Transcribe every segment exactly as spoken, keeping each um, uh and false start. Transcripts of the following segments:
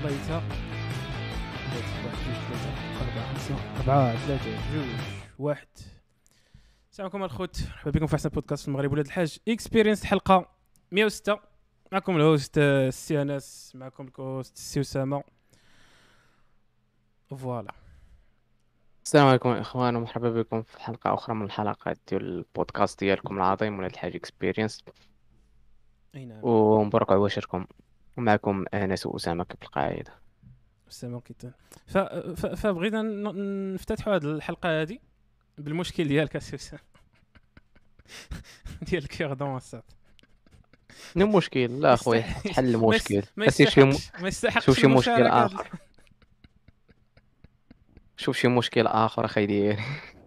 الله يتا أربعة خمسة أربعة ثلاثة جوج واحد. السلام عليكم الخوت، مرحبا بكم في أحسن بودكاست في المغرب ولاد الحاج إكسبيرينس حلقة مية وستة. معكم الهوست السي أنس، معكم الكوست السي أسامة. فوالا السلام عليكم اخوان ومرحبا بكم في حلقه اخرى من الحلقات ديال البودكاست ديالكم العظيم ولاد الحاج اكسبيرينس، أي نعم ومبروك عواشركم. ومعكم انس واسامه كيف القاعده. السلام كيتان. ف... ف... فبغينا ن- نفتتحوا هذه الحلقة هذه بالمشكل ديالك السي أسامة ديالك يا غدا الصاد. شنو المشكل؟ لا اخويا تحل ما يس- المشكل. ما اسير شي م... يستحقش ما يستحقش شوف شي مشكل المشاركة. اخر شوف شي مشكل اخر اخي ديالي.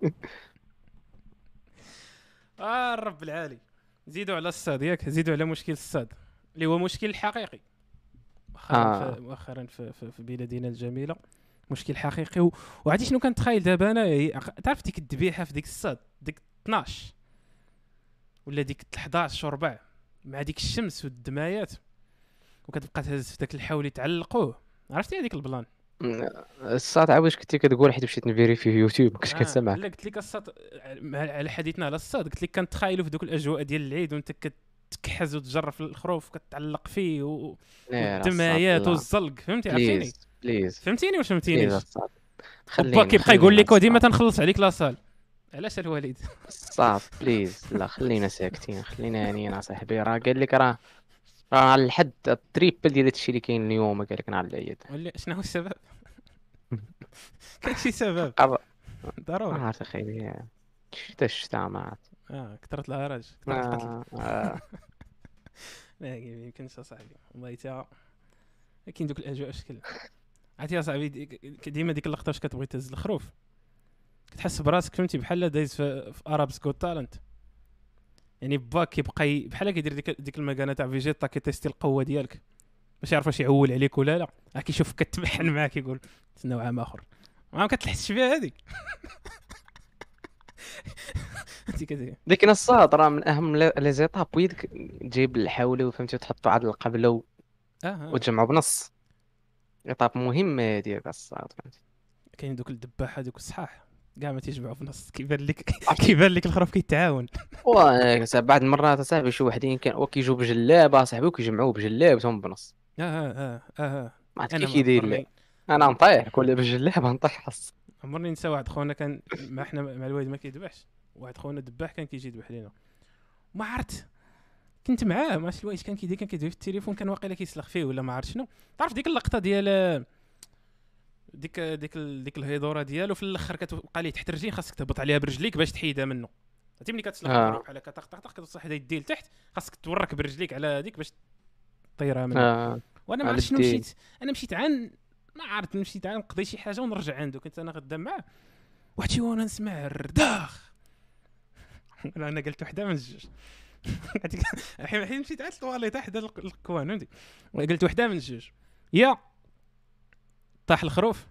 اه الرب العالي، زيدوا على الصاد ياك، زيدوا على مشكل الصاد اللي هو مشكل حقيقي مؤخرا اه في مؤخرا في, في, في بلادنا الجميله. مشكل حقيقي و... وعادي شنو كنتخيل دابا انا هي- تعرف ديك الذبيحه في ديك الصاد، ديك اثناش ولا ديك أحد عشر وربع مع ديك الشمس والدمايات، وكتبقى تهز في داك الحول يتعلقوه. عرفتي هذيك البلان؟ الصاد عاوش كنتي كتقول حيت مشيت نفيري في يوتيوب ما كنتش اه لا كنسمعك. قلت لك الصاد على حديثنا على الصاد، قلت لك كنتخايلوا في دوك الاجواء ديال العيد وانت كتكحز وتجرب في الخروف وكتعلق فيه و... لا الصاد والدمايات لا، والزلق، فهمتي؟ عرفتيني بليز بليز فهمتيني واش بليز فهمتينيش؟ الصاد وبا خلينا كيبقى يقول خلينا لك وديما الصاد تنخلص عليك لاصال. علاش الوالد؟ صعب بليز، لا خلينا ساكتين، خلينا يعني صاحبي. راه قال لك راه راه على الحد التريبل ديال هادشي اللي كاين اليوم. قال لك نهار العيد ولا شنو هو السبب؟ كاين شي سبب قر... ما ضروري. عرفت اخي، شتا شتا ما عرفت. اه كثرت الهرج، كثرت القتل. آه آه. ما يمكنش اصاحبي والله تا كاين دوك الاجواء شكل. عرفتي يا صاحبي دي- ديما ديك اللقطه واش كتبغي تهز الخروف كتحس براسك فهمتي بحال دايز في, في ارابس جوت تالنت. يعني با كيبقى ي- بحال كيدير ديك ديك المكانه تاع فيجيتا كيتيستي القوه ديالك باش يعرف واش يعول عليك ولا لا. راه كيشوف كتمحن معاك يقول تسناو عام اخر، ما كتلحسش بها هذيك. انت كذا ديك الصاد راه من اهم لي لي زيتاب، ويدك تجيب الحولي وفهمتي وتحطو عاد القبله و... اه اه وتجمعو بنص. ايطاب مهمه ديال الصاد فهمتي. كاين دوك الدباحه دوك الصحاح كاع ما تيجمعوا في نص، كيبان لك عرفتي كيبان لك الخروف كيتعاون. و بعض المرات صاحبي شي وحدين كان وكيجيو بجلابه صاحبي وكيجمعوه بجلابتهم بنص. اه اه اه اه ما عرفت انا كيف ما يدير. لا عمرني انا نطيح كل بجلابه نطيح الص. عمرني نسى واحد خونا كان ما احنا مع الوالد ما كيذبحش، واحد خونا دباح كان كيجي يذبح لينا. ما عرفت كنت معاه ما عرفتش الوايش كان كيدير، كان كيدير في التليفون، كان واقيلا كيسلخ فيه ولا ما عرفت شنو. تعرف ديك اللقطه ديال ديك ديك ال- ديك الهيدوره ديالو في الاخر كتبقى ليه تحت رجلين، خاصك تهبط عليها برجليك باش تحيدها منه. عرفتي ملي كتسلخ الخروف اه بحال هكا طق طق طق كتصح يدي لتحت، خاصك تورك برجليك على هذيك باش طيرها منه. اه وانا ما على عرفت شنو الدين. مشيت، انا مشيت عن ما عرفت مشيت عن نقضي شي حاجه ونرجع عنده. كنت انا غدا معاه واحد شي وانا نسمع رداخ انا قلت وحده من الجوج. الحين الحين مشيت عند الطواليت حدا الكوان فهمتي، قلت وحده من الجوج. يا طاح الخروف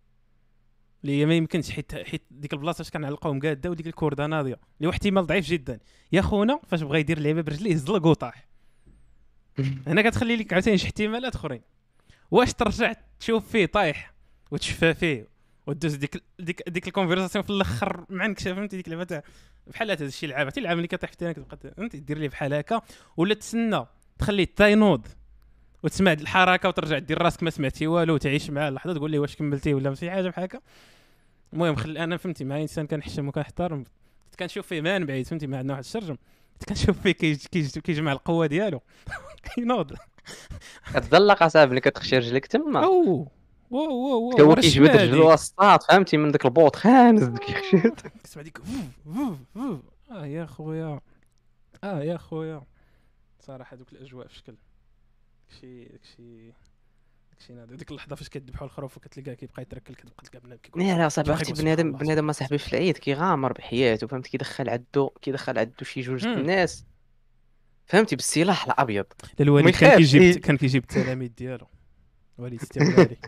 اللي ما يمكنش، حيت حيت ديك البلاصه اش كنعلقوهم قاده وديك الكورده ناضيه اللي هو احتمال ضعيف جدا. يا خونا فاش بغى يدير اللعبه برجليه زلق وطاح. هنا كتخلي لك عاوتاني شي احتمالات اخرين. واش ترجع تشوف فيه طايح وتشفى فيه ودوز ديك ديك ديك الكونفرساسيون في الاخر معنكشه، فهمتي ديك اللعبه تاع بحال هذا الشيء لعبه حتى العام اللي كطيح في كتبقى فهمتي دير ليه بحال هكا، ولا تسنى تخليه تاينوض وتسمع الحركه وترجع دير راسك ما سمعتي والو وتعيش معاه اللحظه تقول لي واش كملتي ولا شي حاجه بحال هكا. المهم خل انا فهمتي مع انسان كنحشم وكنحترم، كنت كنشوف فيه من بعيد فهمتي، ما عندنا واحد الشرجم، كنت كنشوف فيه كيج- كيج- كيجمع القوه ديالو كينوض. كتدلق اصاحبي ملي كتخشي رجلك تما، او واو واو حتى واو هو ورش كيجبد رجلو مادي الصاط فهمتي من داك البوط خانز كيخشي. كتسمع ديك فوف فوف فوف. اه يا خويا اه يا خويا صراحه دوك الاجواء في شكل داكشي داكشي داكشي نادر. ديك اللحظه فاش كتذبحوا الخروف وكتلقاه كيبقى يتركل كتبقى تلقى بنادم كيقول لا لا صاحبي، تبقى عرفتي يقول بنادم سبحان الله بنادم ما سبحان صاحبي في العيد كيغامر بحياته فهمتي، كيدخل عدو كيدخل عدو شي جوج د الله. الناس فهمتي بالسلاح الابيض الوالد وما كان يخافش. كيجيب إيه. كان كيجيب التلاميذ ديالو، والد استغلالي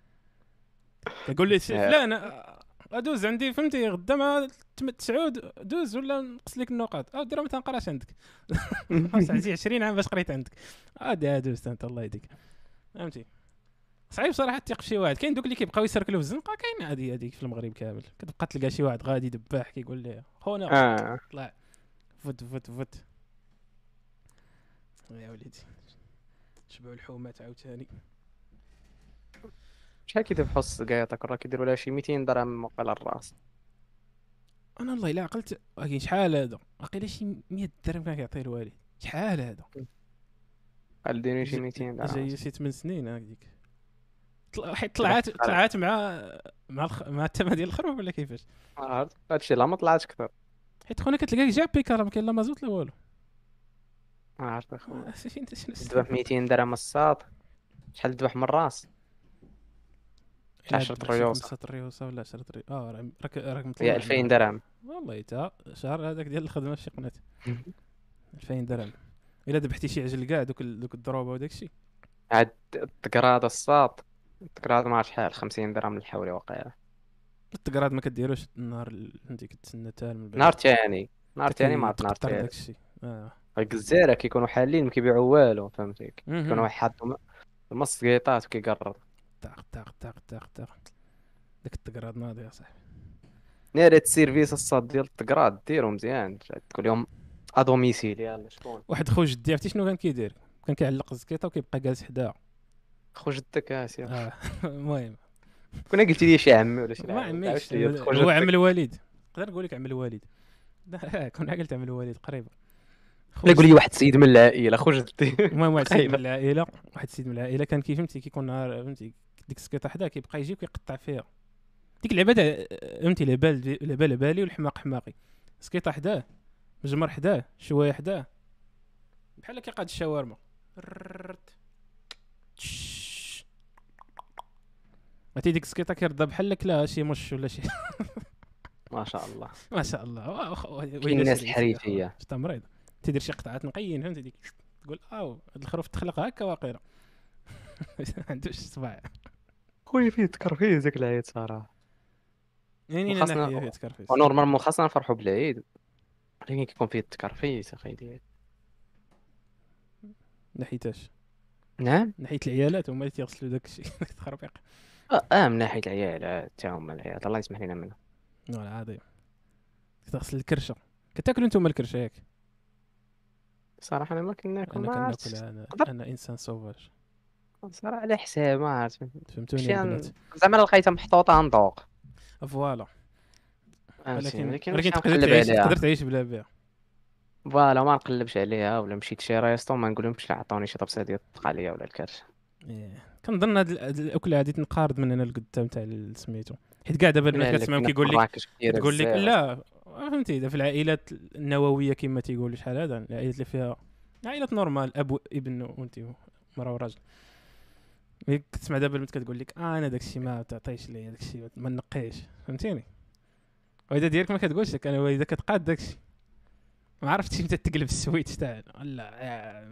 كيقول لي سي آه، فلان آه، ادوز عندي فهمتي غدا ما تم- تسعود دوز ولا نقص لك النقاط اه دير ما تنقراش عندك. خمسة وعشرين عام باش قريت عندك اه دي ادوز انت الله يهديك فهمتي. صعيب صراحه تثق في شي واحد. كاين دوك اللي كيبقاو يسركلوا في الزنقه، كاين هذه هذيك في المغرب كامل، كتبقى تلقى شي واحد غادي دباح كيقول ليه خونا اه طلع فوت فوت فوت يا وليدي شبعوا الحومات عاوتاني. شحال كيدفعوا السكايطك راه كيديروا لها شي ميتين درهم وقال الراس. انا والله الا عقلت كاين شحال هذا واقيلا شي مية درهم كان كيعطيه الوالد. شحال هذا قال ديري شي ج- ميتين درهم. جاي شي ثمان سنين هكذيك. طلع- حيت طلعت طلعت مع مع الخ... مع الثمن ديال الخروف ولا كيفاش؟ عرفت هادشي لا ما طلعش كثر. حيت خونا كتلقاك جا بيكا راه ما كاين لا مازوت لا والو. عرفت اخويا آه، فين انت شنو تذبح ميتين درهم الساط. شحال تذبح من الراس؟ عشرة ريوسة. خمسة ريوسة ولا عشرة ريوسة. اه راه- راك راك مطلع هي ألفين درهم. والله تا شهر هذاك ديال الخدمه في شي قناه ألفين درهم. الا ذبحتي شي عجل كاع دوك ال- دوك الضروبه وداك الشيء. عاد التقراد الساط. التقراد ما عرف شحال خمسين درهم للحوري واقيلا. التقراد ما كديروش النهار ال- فهمتي كتسنى حتى من بعد نهار تاني نهار تاني ما عرفت نهار تقطر داك تالت. الشيء. اه الجزيرة كيكونوا حالين ما كيبيعوا والو فهمتي. كيكونوا مهم. واحد حاطهم نص قيطات وكيقرب. طاق طاق طاق طاق طاق داك التقراد ناضي يا صاحبي. ناري السيرفيس الصاد ديال التقراد ديرو مزيان تقول لهم ادوميسيل يلا شكون واحد خو جدي عرفتي شنو كان كيدير؟ كان كيعلق الزكيطه وكيبقى جالس حداها. خو جدك اسير. اه المهم كنا قلت لي شي عمي ولا شي ما لعبة. عميكش عرفت لي خو هو عم جدك. الوالد. نقدر نقول لك عم الوالد. لا كنا عقلت عم الوالد قريبه. خو لا قول لي جدي- واحد سيد من العائله خو جدي. المهم واحد السيد من تخيل. العائله واحد السيد من العائله كان كي فهمتي كيكون نهار فهمتي ديك السكيطه حدا كيبقى يجي ويقطع فيها. ديك اللعبه تاع فهمتي العبال دي- العبال بالي والحماق حماقي. سكيطه حداه مجمر حداه شويه حداه بحال كيقاد الشاورما. رررت. تش. عرفتي ديك السكيطه كيرضى بحال لك لا شي مش ولا شي. ما شاء الله. ما شاء الله وا- واخا- ويلي كاين الناس سليتي يا الحريفيه. أخويا. شتا مريض تيدير شي قطعات نقيين فهمتي ديك تقول او هاد الخروف تخلق هكا واقيلا. ما عندوش صباع خويا فيه تكر فيه ذاك العيد صراحه. يعني انا وخاصنا ناحيه فيها تكرفيس ونورمالمون خاصنا نفرحوا بالعيد. ولكن كيكون فيه التكرفيس اخي ديالي. ناحيتاش نعم. ناحيه العيالات هما اللي تيغسلوا داك الشيء داك التخربيق. اه آه، من ناحيه العيال حتى هما العيال الله يسمح لنا منهم. والله العظيم تغسل الكرشه. كتاكلوا نتوما الكرشه ياك؟ صراحه انا ما كناكل انا ما كناكل عرفتش. انا قدرت انا انسان سوفاج. صراحه على حساب ما عرفت. فهمتوني شي البنات. زعما لقيتها محطوطه ندوق. فوالا فهمتي ولكن ولكن ولكن ماشي تقدر نقلب تعيش عليها. تقدر تعيش بلا بها. فوالا ما نقلبش عليها ولا مشيت شي ريستو ما نقولهمش لا عطوني شي طبسه ديال الطقاليه ولا الكرش. إيه. كنظن هاد ال- هاد الاكله هادي تنقارض من هنا لقدام تاع ال- سميتو حيت كاع دابا البنات كتسمعهم كيقول لك تقول لك لا فهمتي اذا في العائلات النوويه كما تيقولوا شحال هذا العائلات اللي فيها عائلات نورمال اب وابن وانت مرا وراجل. ملي كتسمع دابا البنت كتقول لك آه انا داكشي ما تعطيش ليا داكشي ما نقيش فهمتيني. واذا ديالك ما كتقولش لك انا واذا كتقاد داكشي ما عرفتش متى تقلب السويتش تاع لا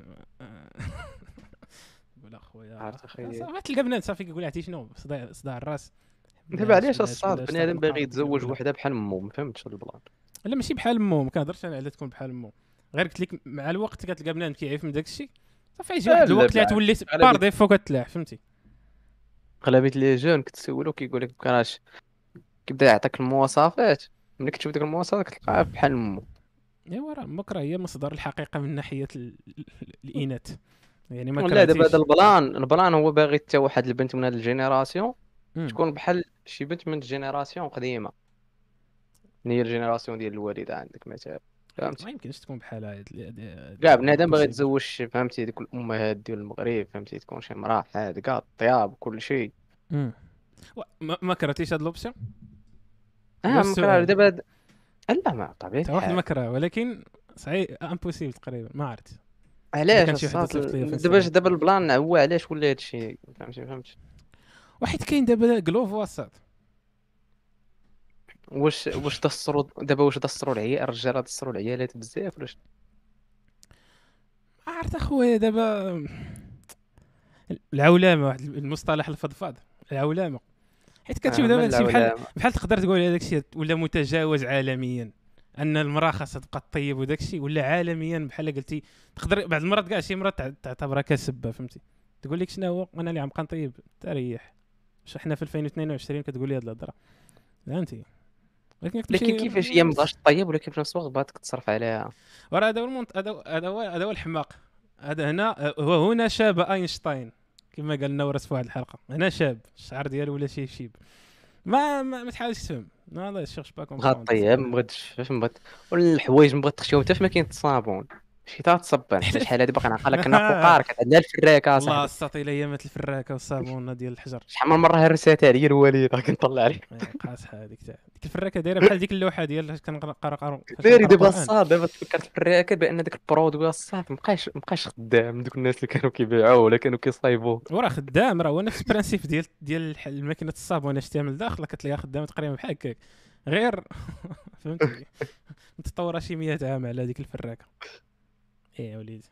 قول اخويا عرفت اخي. صافي تلقى بنات صافي كيقول عرفتي شنو صداع صداع الراس. دابا علاش بلاش- الصاد بلاش بنادم تاخد باغي القرار يتزوج ولا- وحده بحال مو ما فهمتش هاد البلان. لا ماشي بحال مو ما كنهضرش انا على تكون بحال مو غير قلت لك مع الوقت كتلقى بنادم كيعرف من داك الشيء صافي يجي واحد لا، الوقت اللي بعد. تولي غالباً- بار ديفو كتلاح فهمتي. اغلبيه لي جون كتسولو كيقول لك كراش كيبدا يعطيك المواصفات ملي كتشوف ديك المواصفات كتلقاها بحال مو. ايوا راه مكره هي مصدر الحقيقه من ناحيه ال- ال- الاناث يعني ما ولا دابا كرهتيش. هذا البلان البلان هو باغي حتى واحد البنت من هاد الجينيراسيون مم. تكون بحال شي بنت من الجينيراسيون قديمه. هي الجينيراسيون ديال الوالده عندك مثلا فهمتي. ما يمكنش تكون بحال هاد ال- هاد- كاع بنادم باغي كلشي. يتزوج شي فهمتي ديك الامهات ديال المغرب فهمتي تكون شي مراه حادقه الطياب كل شيء. مم. و- ما ما كرهتيش هاد لوبسيون اه هو مكرر السؤال. دابا هاد- لا ما طبيعي تا واحد الحال. ما كره ولكن صعيب امبوسيبل تقريبا ما عرفت. علاش كان شي وحدة الصاط صيفطية في دابا انستغرام. دابا البلان هو علاش ولا هادشي فهمتي فهمت. واحد كاين دابا كلوف واسط واش واش دسروا دابا واش دسروا العيال الرجاله دسروا العيالات بزاف ولا شنو؟ ما عرفت اخويا دابا العولمه واحد المصطلح الفضفاض العولمه حيت كتشوف آه، دابا من هادشي بحال العولمة. بحال تقدر تقول هذاك الشيء ولا متجاوز عالميا ان المراه خاصها تبقى طيب وداك الشيء ولا عالميا بحال قلتي تقدر بعض المرات كاع شي مرات تع- تعتبرها كسبه فهمتي تقول لك شنو هو انا اللي عم نطيب تريح. واش حنا في ألفين واثنين وعشرين كتقول لي هاد الهضره؟ فهمتي؟ ولكن لكن كتمشي كيفاش هي مابغاش طيب، ولكن في نفس الوقت بغاتك تصرف عليها. وراه هذا هو المنط... هذا هو- هذا هو هذا هو الحماق. هذا هنا هو هنا شاب اينشتاين كما قال لنا ورث في واحد الحلقه. هنا شاب الشعر ديالو ولا شي شيب. ما ما, ما تحاولش تفهم. لا لا شيرش با بغات كومبروندر. طيب ما بغاتش فاش ما بغات، والحوايج ما بغات تخشيهم حتى فما كاين الصابون، شي تا تصبن حتى شحال هادي باقي نعقل لك، كنا فقار كانت عندنا الفراكه والله صاحبي. الساطيل ايامات الفراكه والصابون ديال الحجر. شحال من مره هرساتها لي الوالده كنطلع عليه. إيه، قاصحه هذيك تاع ديك الفراكه دايره بحال ديك اللوحه ديال كنقرا قرا فاش داري كنقرا دابا القران. الصاد، دابا تفكرت في الراكه بان داك البرودوي الصاد مابقاش مابقاش خدام، دوك الناس اللي كانوا كيبيعوه ولا كانوا كيصايبوه. وراه خدام، راه هو نفس البرانسيپ ديال ديال الح- الماكينه الصابون اش تعمل داخل كتلاقيها خدامه تقريبا بحال هكاك، غير فهمتي متطوره شي مية عام على ديك الفراكه. ايه يا وليدي.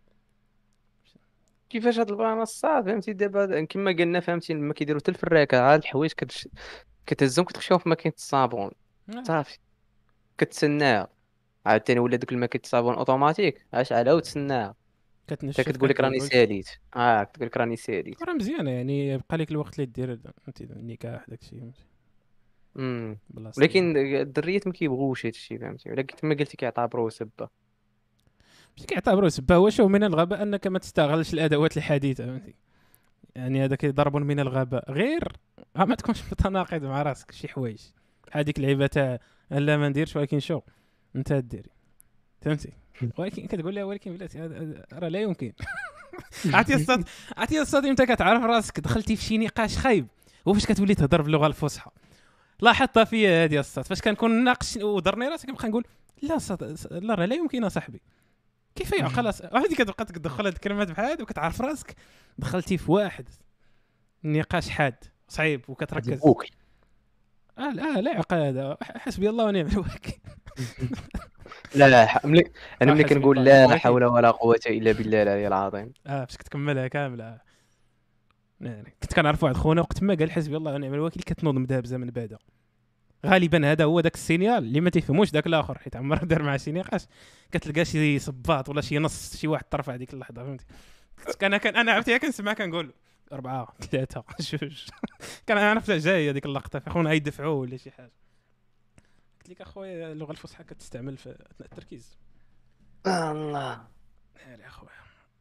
كيفاش هاد البلان الصاد فهمتي دابا كما قلنا فهمتي لما كيديروا حتى الفراكه عاد الحوايج كتش... كتهزهم كتخشيهم في ماكينه الصابون آه، صافي، كتسناها عاوتاني ولا دوك الماكينه الصابون اوتوماتيك عاش عليها وتسناها حتى كتنشف كتقول لك راني كتذوب. ساليت، اه كتقول لك راني ساليت. راه مزيانه يعني يبقى لك الوقت اللي دير فهمتي النكاح داكشي فهمتي امم بلاصه ديالو. ولكن الدريات ما كيبغوش هادشي فهمتي، ولكن كما قلتي كيعتبروه سبه. ماشي كيعتبروه سبه، هو شوف من الغباء انك ما تستغلش الادوات الحديثه فهمتي. يعني هذا كيضرب من الغباء، غير ها ما تكونش متناقض مع راسك شي حوايج. هذيك اللعيبه تاع لا ما نديرش ولكن شو انت ديري فهمتي. ولكن كتقول لها ولكن بلاتي هذا- هذا راه لا يمكن. عرفتي الصاد، عرفتي الصاد امتى كتعرف راسك دخلتي في شي نقاش خايب؟ هو فاش كتولي تهضر باللغه الفصحى. لاحظتها فيا هذه الصاد، فاش كنكون ناقش ودرني راسي كنبقى نقول لا صاد لا راه لا يمكن اصاحبي. كيف يعقل أص- هذه كتبقى تدخل هاد الكلمات بحال هادو وكتعرف راسك دخلتي في واحد نقاش حاد صعيب وكتركز. عجبوك. اه لا لا يعقل هذا، حسبي الله ونعم الوكيل. لا لا ح- ملي انا آه، ملي حسبي كنقول الله ونعم لا الوكيل. حول ولا قوه الا بالله العلي العظيم. اه باش كتكملها كامله. آه. يعني كنت كنعرف واحد خونا وقت ما قال حسبي الله ونعم الوكيل كتنوض مدابزه من بعدا. غالبا هذا هو داك السينيال اللي ما تيفهموش داك الاخر، حيت عمر دار مع شي نقاش كتلقى شي صباط ولا شي نص شي واحد طرف هذيك اللحظه فهمتي. كنت انا كان انا عرفتي كنسمع كنقول أربعة ثلاثة جوج. كان عرفت جاي هذيك اللقطة في خونا يدفعوه ولا شي حاجة. قلت لك اخويا اللغة الفصحى كتستعمل في اثناء التركيز. الله ناري اخويا.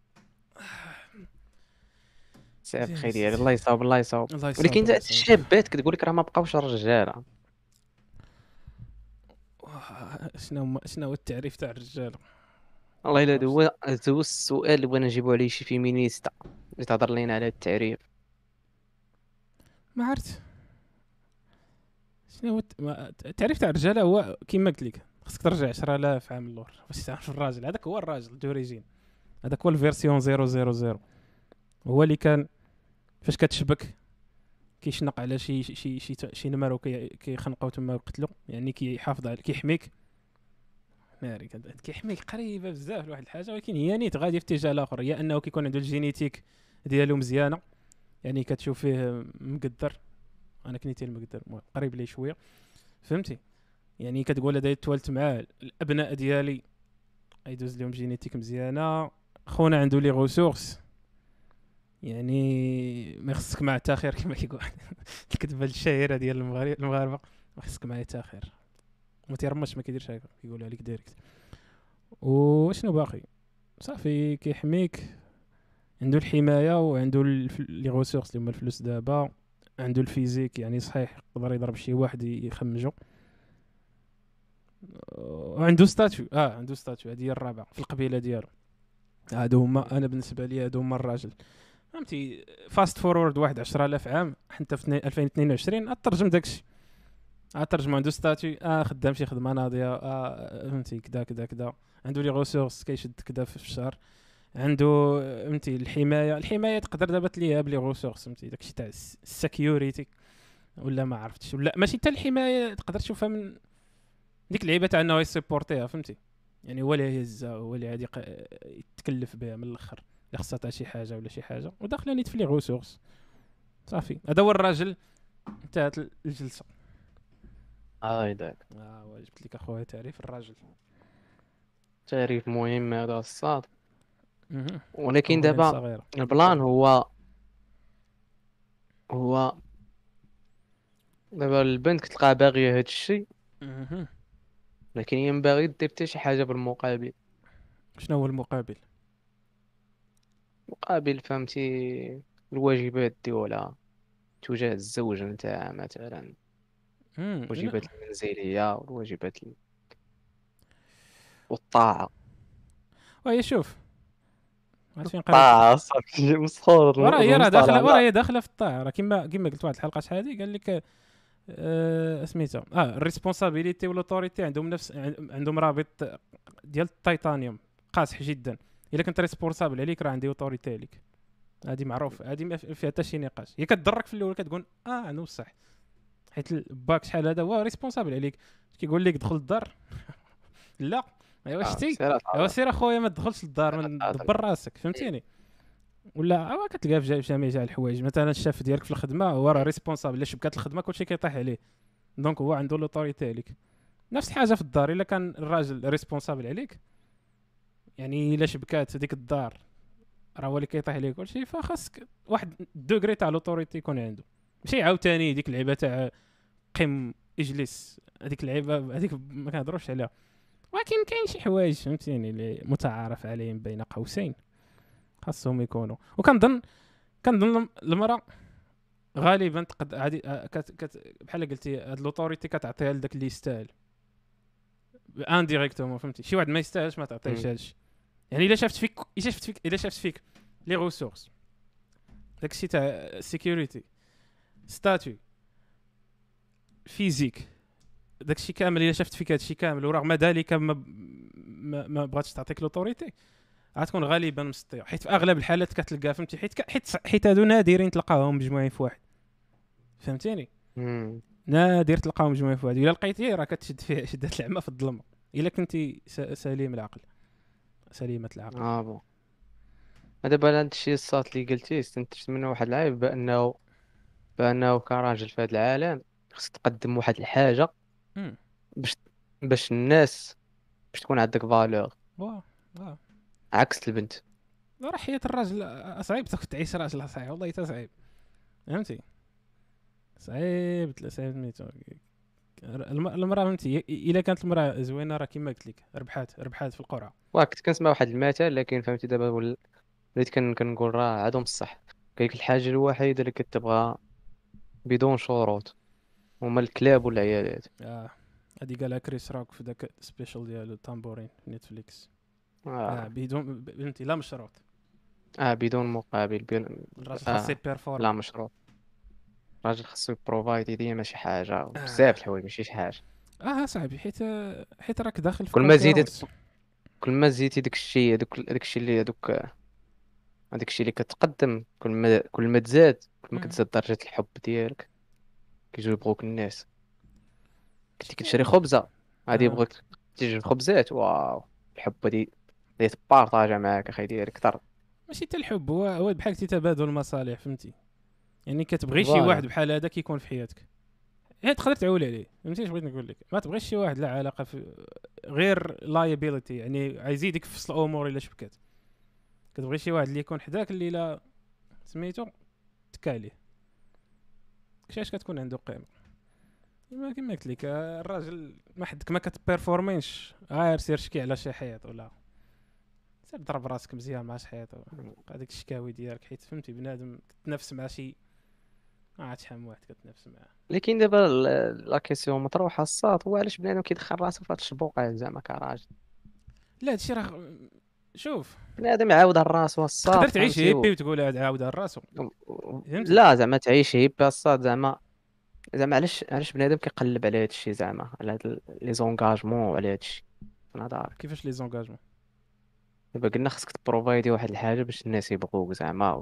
سعف زين خير يا سيدي. الله يصاوب الله يصاوب. الله يصاوب ولكن الله حتى يصاوب. الشابات كتقول لك راه ما بقاوش الرجاله. واه، شنو هو- شنو هو التعريف تاع الرجال؟ والله الا هذا هو هذا هو السؤال اللي بغينا نجيبو عليه شي فيمينيستا اللي تهضر لينا على التعريف. ما عرفت شنو هو الت- ما- التعريف تاع الرجال هو كيما قلت لك خصك ترجع عشرة آلاف عام اللور باش تعرف الراجل. هذاك هو الراجل دوريجين، هذاك هو الفيرسيون صفر صفر صفر. هو اللي كان فاش كتشبك كيشنق على شي شي شي شي نمر وكي كيخنقوا تما ويقتلوا، يعني كيحافظ على كيحميك. ناري كد- كيحميك قريبه بزاف لواحد الحاجه، ولكن هي نيت غادي في اتجاه الاخر، هي انه كيكون عنده الجينيتيك ديالو مزيانه. يعني كتشوف فيه مقدر، انا كنيتي المقدر المهم قريب لي شويه فهمتي. يعني كتقول هذا تولت معاه الابناء ديالي يدوز لهم جينيتيك مزيانه. خونا عنده لي غوسورس، يعني ما خصك مع التاخير كما كيقول. الكذبه الشهيره ديال المغاربه المغاربه ما خصك معايا التاخير، ما تيرمش ما كيديرش هكا كيقولها لك ديريكت. وشنو باقي؟ صافي كيحميك، عنده الحمايه وعنده الف- لي غوسورس اللي هما الفلوس دابا. عنده الفيزيك يعني صحيح يقدر يضرب شي واحد يخمجو. وعنده ستاتيو، اه عنده ستاتيو هذه هي الرابعه في القبيله ديالو. هادو هما انا بالنسبه لي هادو هما الراجل فهمتي. فاست فورورد واحد عشرة آلاف عام حتى في ألفين واثنين وعشرين غترجم داكشي، غترجم عنده ستاتيو اه خدام شي خدمه ناضيه اه فهمتي كذا كذا كذا. عنده لي غوسورس كيشد كذا في الشهر. عنده فهمتي الحمايه، الحمايه تقدر دابا تليها بلي غوسورس فهمتي داكشي تاع السكيوريتي ولا ما عرفتش ولا ماشي حتى الحمايه تقدر تشوفها من ديك اللعيبه تاع انه يسيبورتيها فهمتي. يعني هو اللي يهزها هو اللي غادي يق- يتكلف بها من الاخر الا خصها تاع شي حاجه ولا شي حاجه وداخله نيت في لي غوسورس صافي. هذا هو الراجل انتهت الجلسه. هاي داك اه جبت لك اخويا تعريف الراجل. تعريف مهم هذا الصاد. مهم. ولكن او مهام دابا صغيره. البلان هو هو دابا البنت كتلقاها باغيه هاد الشيء، مهم. لكن ينبغي دير حتى شي حاجه بالمقابل. شنو هو المقابل؟ مقابل فهمتي الواجبات ديالها تجاه الزوج نتاعها مثلا، مم. لا. الواجبات المنزليه والواجبات ال- والطاعه. وهي شوف، عرفت فين قريت. الطاعه صافي مسخور وراه هي راه المصطلح داخله، وراه لا. هي داخله في الطاعه، راه كيما كيما قلت واحد الحلقه شحال قال لك آه سميتها اه الريسبونسابيلتي والاوتوريتي عندهم نفس، عندهم رابط ديال التيتانيوم قاصح جدا. الا كنت ريسبونسابل عليك راه عندي اوتوريتي عليك. هذه معروف، هذه ما في- فيها حتى شي نقاش. هي كتضرك في الاول كتقول اه انا بصح، حيت باك شحال هذا هو ريسبونسابل عليك، كيقول لك دخل الدار لا ايوا اه شتي، سير ايوا هذا سير اخويا ما تدخلش للدار، من هذا دبر راسك فهمتيني. ولا اه كتلقى في جا- في جميع الحوايج، مثلا الشاف ديالك في الخدمه هو راه ريسبونسابل، الا شبكات الخدمه كلشي كيطيح عليه، دونك هو عنده لوطوريتي عليك. نفس الحاجه في الدار، الا كان الراجل ريسبونسابل عليك، يعني الا شبكات هذيك الدار راه هو اللي كيطيح عليه كلشي، فخاصك واحد دوغري تاع لوطوريتي يكون عنده. ماشي عاوتاني ديك اللعبه تاع قم اجلس، هذيك اللعبه هذيك ما كنهضروش عليها. ولكن كاين شي حوايج فهمتيني اللي متعارف عليهم بين قوسين خاصهم يكونوا. وكنظن كنظن المراه غالبا تقد عادي آه، كت كت بحال قلتي هاد لوطوريتي كتعطيها لذاك اللي يستاهل انديريكتومون فهمتي. شي واحد ما يستاهلش ما تعطيهش مم. هادشي. يعني الا شافت فيك الا شافت فيك الا شافت فيك لي ريسورس، داكشي تاع سيكوريتي، ستاتيو، فيزيك، داكشي كامل، الا شافت فيك هادشي كامل ورغم ذلك ما ما, ما بغاتش تعطيك لوطوريتي، غتكون غالبا مسطيه. حيت في اغلب الحالات كتلقى فهمتي، حيت ك- حيت حيت هادو نادرين تلقاهم مجموعين في واحد فهمتيني. مم. نادر تلقاهم مجموعين في واحد. الا لقيتيه راه كتشد فيه شده العمى في الظلمه، الا كنتي س- سليم العقل، سليمه العقل. اه بون دابا هاد الشيء الصات اللي قلتيه استنتجت منه واحد العيب، بانه بانه كراجل في هذا العالم خصك تقدم واحد الحاجه امم باش باش الناس باش تكون عندك فالور، واه واه عكس البنت. راه حياه الراجل صعيب تاخذ تعيش راجل صعيب والله حتى صعيب فهمتي. صعيب تلا- صعيب سميتو. الم- المراه فهمتي الا كانت المراه زوينه راه كيما قلت لك ربحات ربحات في القرعه. وكنت كنسمع واحد المثل، لكن فهمتي دابا ول- وليت كن كنقول راه عدم الصح. قالك الحاجه الوحيده اللي كتبغى بدون شروط هما الكلاب والعيالات. اه هذه قالها كريس روك في ذاك سبيشال ديالو تامبورين في نتفليكس. اه اه, بدون فهمتي لا مشروط. آه بدون مقابل بين... الراجل خاصو اه يبيرفورم. لا مشروط. الراجل خاصو يبروفايدي ديما شي حاجه، اه بزاف الحوايج ماشي شي حاجه. اه صاحبي، حيت حيت راك داخل في كل ما زيدت كونكورونس. كل ما زيدتي داك الشيء هذوك داك الشيء اللي هذوك هذاك الشيء اللي كتقدم، كل ما كل ما تزاد كل ما كتزاد درجة الحب ديالك، كيجيو يبغوك الناس. كنتي كتشري خبزة غادي اه يبغوك تيجي الخبزات، واو الحب دي دي تبارطاجا معاك اخي ديالك اكثر. ماشي حتى الحب، هو هو بحال قلتي تبادل المصالح فهمتي. يعني كتبغي شي فوالا واحد بحال هذا كيكون في حياتك، هي تقدر تعول عليه فهمتي اش بغيت نقول لك. ما تبغيش شي واحد لا علاقه في غير لايبيليتي، يعني عايزيدك في فصل الامور الا شبكات. كتبغي شي واحد اللي يكون حداك اللي لا سميتو تكاليه كشاش كتكون عنده قيمه. كما كما قلت لك آه، الراجل ما حدك ما كتبيرفورمينش غير سير شكي على شي حيط، ولا سير ضرب راسك مزيان مع شي حيط، هذيك الشكاوي ديالك. حيت فهمتي بنادم كتنافس مع شي ما عرفت شحال من واحد كتنافس معاه. لكن دابا ال- لا كيسيون مطروحه الساط، هو علاش بنادم كيدخل راسو في هاد الشبوقات زعما كراجل؟ لا هادشي راه شوف، بنادم يعاود على راسو تقدر الساط تعيش فهمتي هيبي و... وتقول عاد عاود على راسو و- فهمتي. لا زعما تعيش هيبي الساط زعما. زعما علاش علاش بنادم كيقلب على هاد الشيء، زعما على هاد لي زونغاجمون وعلى هاد الشيء. انا دارك كيفاش لي زونغاجمون؟ دابا قلنا خصك تبروفايدي واحد الحاجه باش الناس يبغوك زعما.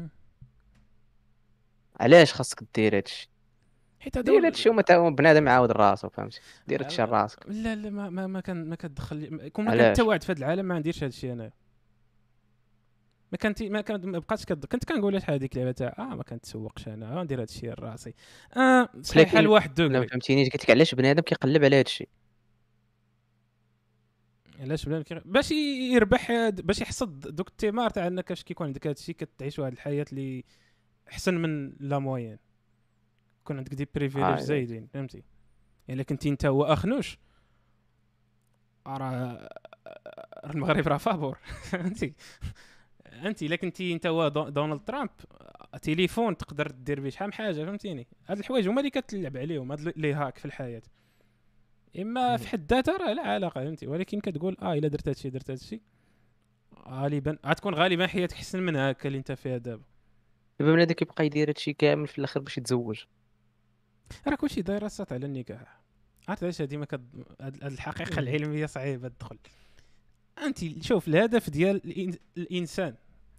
علاش خاصك دير هادشي؟ حيت هادو دير هادشي وما تا بنادم يعاود راسو فهمتي، دير هادشي لا لراسك. لا لا ما ما ما كان ما كتدخل كون ما كان حتى علاش؟ واحد في هذا العالم ما نديرش هذا الشيء انا. ما كنت ما كانت ما بقاتش كد... كنت كنقول شحال هذيك اللعبه تاع اه ما كنتسوقش انا آه ندير هذا الشيء لراسي. اه صحيح ولكن لواحد لا ما دوغري. فهمتينيش، قلت لك علاش بنادم كيقلب على هادشي. علاش بلا كي- باش يربح، باش يحصد دوك الثمار تاع انك اش كيكون عندك هادشي كتعيش واحد الحياه اللي احسن من لا موين، يكون عندك دي بريفيليج اه زايدين فهمتي. الا كنتي انت هو اخنوش راه المغرب راه فابور فهمتي. انت الا كنتي انت هو دو- دونالد ترامب، تليفون تقدر دير به شحال من حاجه فهمتيني. هاد الحوايج هما اللي كتلعب عليهم، هاد لي هاك في الحياه. اما في حد ذاتها راه لا علاقه فهمتي، ولكن كتقول اه الا درت هادشي درت هادشي غالبا غتكون غالبا حياتك احسن من هكا اللي انت فيها دابا. دابا بنادم كيبقى يدير هادشي كامل في الاخر باش يتزوج. راه كلشي دراسات على النكاح. عرفت علاش هادي ما كد... هاد هاد الحقيقه مم. العلميه صعيبه تدخل. انت شوف الهدف ديال الإن... الانسان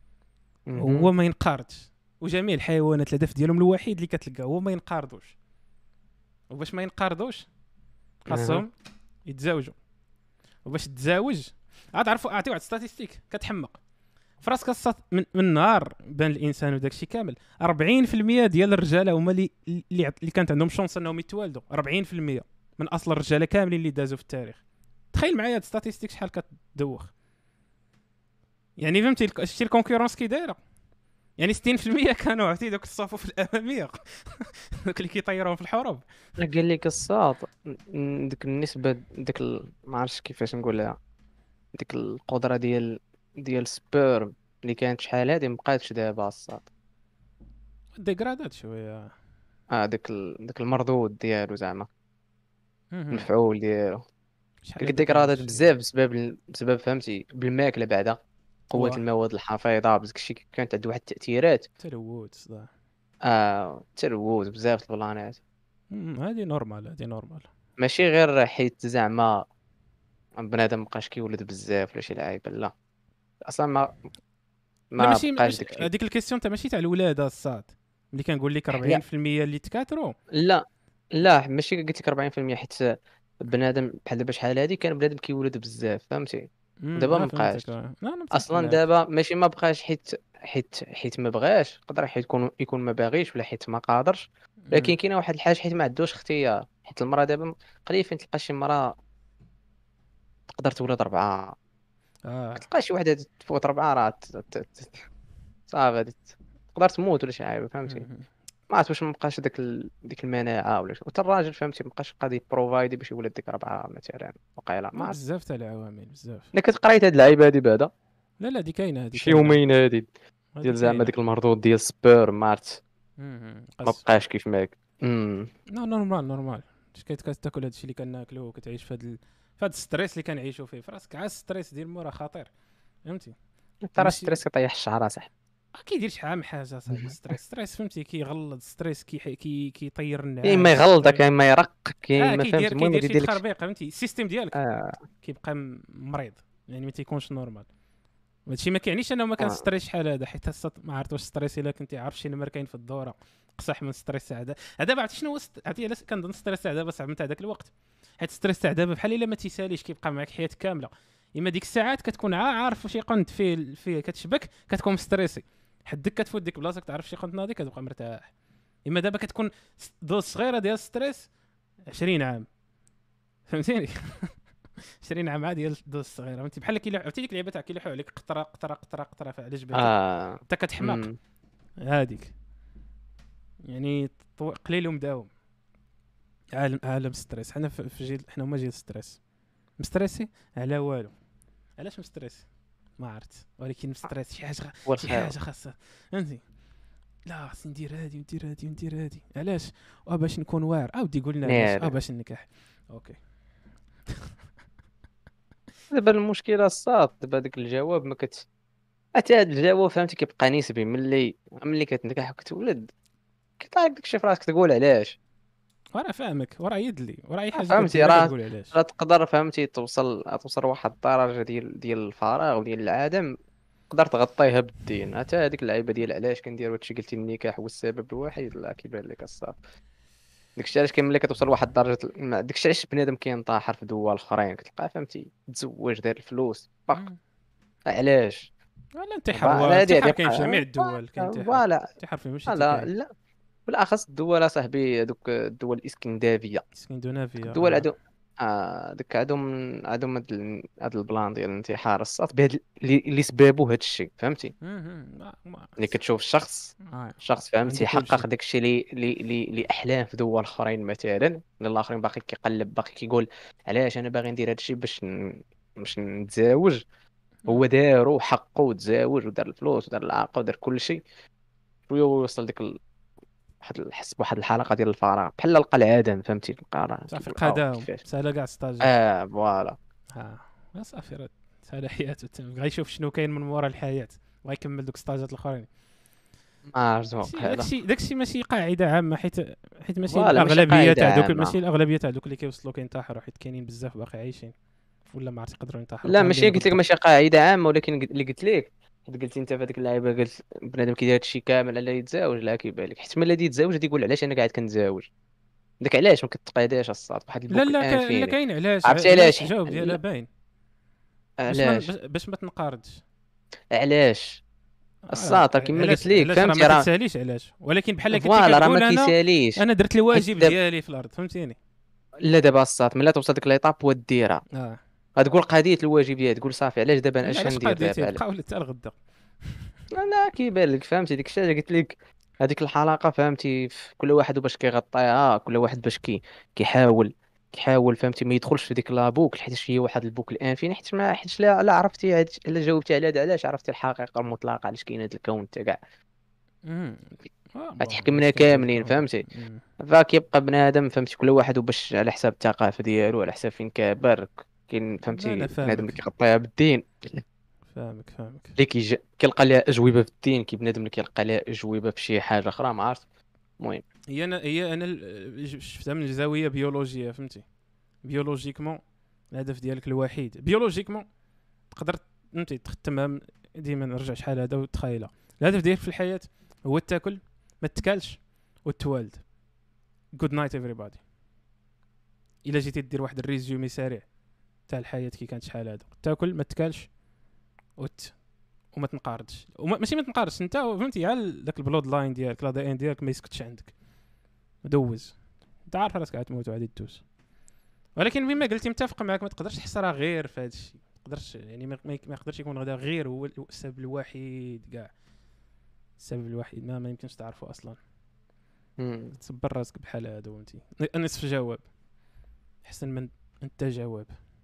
هو مهم. ما ينقرضش، وجميع الحيوانات الهدف ديالهم الوحيد اللي كتلقاه هو ما ينقرضوش. وباش ما ينقرضوش اها. خاصهم يتزاوجوا. وباش تتزاوج عاد عرفوا اعطي واحد ستاتيستيك كتحمق في راسك السط... من, من نهار بان الانسان وداك الشيء كامل أربعين في المية ديال الرجاله هما اللي اللي, عط- اللي كانت عندهم شونس انهم يتوالدوا. أربعين في المية من اصل الرجاله كاملين اللي دازوا في التاريخ. تخيل معايا هاد ستاتيستيك شحال كتدوخ. يعني فهمتي الك- شتي الكونكورونس كي دايره. يعني ستين في المية كانوا عرفتي دوك الصفوف الاماميه دوك اللي كيطيرون في الحروب. قال لك الصاط ن- ديك النسبة ديك ال... ما عرفتش كيفاش نقولها، ديك القدرة ديال ديال السبيرم اللي كانت شحال هادي مبقاتش دابا الصاط. ديغرادات شويه. اه ديك ال... ديك المردود ديالو زعما مهم. المفعول ديالو. شحال قال لك هذا ديك كان راه زاد هادشي. بزاف بسبب ال- بسبب فهمتي بالماكلة بعدا، قوة واه المواد الحافظة بداك الشيء كانت عنده واحد التأثيرات. تلوث صداع. اه تلوث بزاف البلانات. مم، هذه نورمال هذه نورمال. ماشي غير حيت زعما بنادم مبقاش كيولد بزاف ولا شي لعيبه، لا اصلا ما لا ما ماشي بقاش ماشي داكشي. هذيك الكيستيون تاع ماشي تاع الولاده الصاد. ملي كنقول لك لا أربعين في المية اللي تكاثروا. لا لا ماشي قلت لك أربعين في المية حيت بنادم بحال دابا شحال هادي كان بنادم كيولد بزاف فهمتي. امم ودابا اه ما فهمتك. بقاش. آه. لا انا متفق اصلا معك. دابا ماشي ما بقاش حيت حيت حيت ما بغاش، يقدر حيت يكون يكون ما باغيش ولا حيت ما قادرش. امم لكن كاينه واحد الحاجه حيت ما عندوش اختيار، حيت المراه دابا قليل فين تلقى شي مراه تقدر تولد اربعه. اه كتلقى شي وحده تفوت اربعه راه ت- ت- ت- صافي غادي تقدر تموت ولا شي حاجه فهمتي. مم. ما عرفت واش مبقاش داك ال... ديك المناعه ولا شي، حتى الراجل فهمتي مبقاش قادر بروفايدي باش يولد ديك اربعه مثلا وقيلا لا ما عرفت. بزاف تاع العوامل بزاف. انا كنت قريت هاد اللعيبه هادي بعدا لا لا دي كاينه هذه شي كاينه يومين هادي، هذه ديال زعما كاينه. ديك المردود ديال السبير ما عرفت امم ما قص. بقاش كيف ماك. امم لا نورمال نورمال. اش كيت كتاكل هادشي اللي كناكلو وكتعيش في هاد ال... في هاد الستريس اللي كنعيشو فيه في راسك. عاد الستريس ديال مورا خطير فهمتي. ترى ماشي ستريس كطيح الشعر صح. كيدير شحال من حاجه صاحبي. ستريس ستريس فهمتي كيغلط ستريس كي كي كيطير كاين ما النعاس يغلطك ستريس. كاين ما يرقك اه كاين ما كيدير فهمتي المهم كيدير شي يدير لك. تخربيق فهمتي. السيستم ديالك اه كيبقى م- مريض. يعني ما تيكونش نورمال. هادشي ما كيعنيش انه ما كان آه. ستريس شحال هذا، حيت هسه ما عرفت واش ستريس الا كنتي عارف شي نمر كاين في الدوره قصح من ستريس تاع هذا. هذا عرفتي شنو هو ست... عرفتي علاش كنظن ستريس تاع دابا صعب من تاع ذاك الوقت. حيت ستريس تاع دابا بحال الا ما تيساليش كيبقى معك حياتك كامله. اما ديك الساعات كتكون عا- عارف شي قنت فيه فيه كتشبك كتكون ستريسي. حدك كتفوت ديك البلاصه كتعرف شي قنت ناضي كتبقى مرتاح. اما دابا كتكون س- دوز صغيره ديال ستريس عشرين عام فهمتيني. عشرين عام عاد ديال الدوز الصغيره فهمتي. بحال كي عرفتي ديك اللعبه تاع كيلوحوا عليك قطره قطره قطره قطره على جبهتك اه انت كتحماق. امم هذيك يعني طو- قليل ومداوم. عالم عالم ستريس. حنا في في جيل حنا هما جيل ستريس. مستريسي على والو. علاش مستريسي ما عرفت، ولكن مستريس شي حاجه غ- هو شي الخير. حاجه خاصها فهمتي. لا خصني ندير هادي وندير هادي وندير هادي. علاش؟ اه باش نكون واعر. اه ودي قلنا علاش؟ اه ناري باش النكاح. اوكي. دابا المشكله الصاد دابا داك الجواب ما كت حتى هاد الجواب فهمتي كيبقى نسبي ملي ملي كتنكح وكتولد كيطلع لك داكشي في راسك تقول علاش. وراه فاهمك وراه يدلي وراه اي آه، حاجه فهمتي كديرها راه كتقول علاش. راه تقدر فهمتي توصل توصل لواحد الدرجه ديال ديال الفراغ وديال العدم تقدر تغطيها بالدين. حتى هذيك اللعيبه ديال علاش كندير هادشي قلتي النكاح هو السبب الوحيد، لا كيبان لك الصاد. داكشي علاش كاين ملي كتوصل لواحد درجه الم- داكشي علاش بنادم كينتحر في دول اخرين كتلقاه فهمتي تزوج داير الفلوس باق. مم. علاش لا انتحار هو انا هادي انتحار هادي كاين في جميع بقى الدول كاين انتحار. فوالا. انتحار فيه ماشي لا تيكاين. لا بالاخص الدول اصاحبي هذوك الدول الاسكندنافيه. اسكندنافيا الدول اه. هادو آه داك عندهم عندهم هاد ال- هاد البلان ديال الانتحار الصاط بهاد اللي اللي سبابو هاد الشيء فهمتي. مهم. ما ما اللي كتشوف الشخص آه. الشخص عنده فهمتي كل حقق شيء. داك الشيء اللي اللي اللي اللي احلام في دول اخرين مثلا، اللي الاخرين باقي كيقلب باقي كيقول علاش انا باغي ندير هاد الشيء باش ن... باش نتزاوج. هو دارو حقه وتزاوج ودار الفلوس ودار العاقه ودار كل شيء، شويه وصل ديك ال... واحد ال- حس بواحد الحلقه ديال الفراغ بحال لقى العدم فهمتي، لقى راه صافي كيقول اه قاداهم كيفاش. سالا كاع ستاجات. اه فوالا. ها صافي راه سالا حياته تم بغا يشوف شنو كاين من مورا الحياه، بغا يكمل دوك ستاجات الاخرين. ما رزوق داكشي هذا. داكشي داكشي ماشي قاعده عامه، حيت حيت ماشي فوالا ماشي الاغلبيه قاعده تاع دوك ماشي عامه. الاغلبيه تاع دوك اللي كيوصلوا كينتحروا، حيت كاينين بزاف باقي عايشين ولا ما عرفت يقدروا ينتحروا لا كاملين ماشي قلت لك غدا. ماشي قاعده عامه، ولكن قلت- اللي قلت لك حيت قلتي انت في هذيك اللعيبه قلت بنادم كيدير هادشي كامل على يتزاوج، لا كيبان لك حيت ملي غادي يتزاوج غادي يقول علاش انا قاعد كنتزاوج. داك علاش ما كتقاداش الصاد بواحد لا البوك لا ك... لا انفيني. كاين علاش عرفتي علاش علاش ح- جاوب ديالها لا باين. باش ما باش علاش باش ما تنقاردش. علاش آه الساطر كما قلت علاش لك علاش راه فهمتي ما راه. كتساليش علاش، ولكن بحال كنتي فوالا راه ما كتقول انا كيساليش. انا درت حيت الواجب دابا ديالي في الارض، فهمتيني. لا دابا الساط ملي توصل ديك ليطاب وديرها اه غتقول قضيه الواجب ديالي، تقول صافي علاش دابا انا لا اش علاش غندير قضيتي دابا على. بقاو حتى الغدا. لا لا كيبان لك فهمتي ديك الشيء قلت لك. هذيك الحلقه فهمتي في كل واحد باش كيغطيها، كل واحد باش كي كيحاول كيحاول فهمتي ما يدخلش في ديك لابوك حيت هي واحد البوك الانفيني، حيت ما حيت لا لا عرفتي هاد- لا جاوبتي على هذا علاش عرفتي الحقيقه المطلقه علاش كاين هذا الكون تاع كاع. امم اه بون غتحكمنا علاش كاين هذا كاملين الكون. فهمتي. مم. فكيبقى بنادم فهمتي كل واحد وباش على حساب الثقافه ديالو على حساب فين كابر. كاين لا لا فهمتي بنادم اللي فاهمك كيغطيها بالدين، فاهمك فاهمك. اللي كيجي كيلقى لها اجوبه في الدين، كي بنادم اللي كيلقى لها اجوبه في شي حاجه اخرى ما عرفت. المهم. هي انا هي انا ال- ج- شفتها من زاويه بيولوجيه، فهمتي. بيولوجيكمون الهدف ديالك الوحيد بيولوجيكمون تقدر فهمتي تختمها ديما نرجع شحال هذا وتخيلها. الهدف ديالك في الحياه هو تاكل، ما تكالش، وتوالد. جود نايت everybody. الا جيتي دير واحد الريزومي سريع تاع الحياه كي كانت شحال هذا، تاكل ما تكالش وت وما تنقاردش، وما ماشي ما تنقاردش انت فهمتي، على داك البلود لاين ديالك لا دي ان ديالك ما يسكتش عندك، دوز. انت عارف راسك غتموت وغادي دوز. ولكن بما قلتي متفق معك، ما تقدرش تحصرها غير في هذا الشيء. ما تقدرش يعني ما ما ما يقدرش يكون غدا غير هو السبب الوحيد كاع. السبب الوحيد ما ما يمكنش تعرفه اصلا. مم. تصبر راسك بحال هذا وانتي نصف جواب احسن من انت جواب.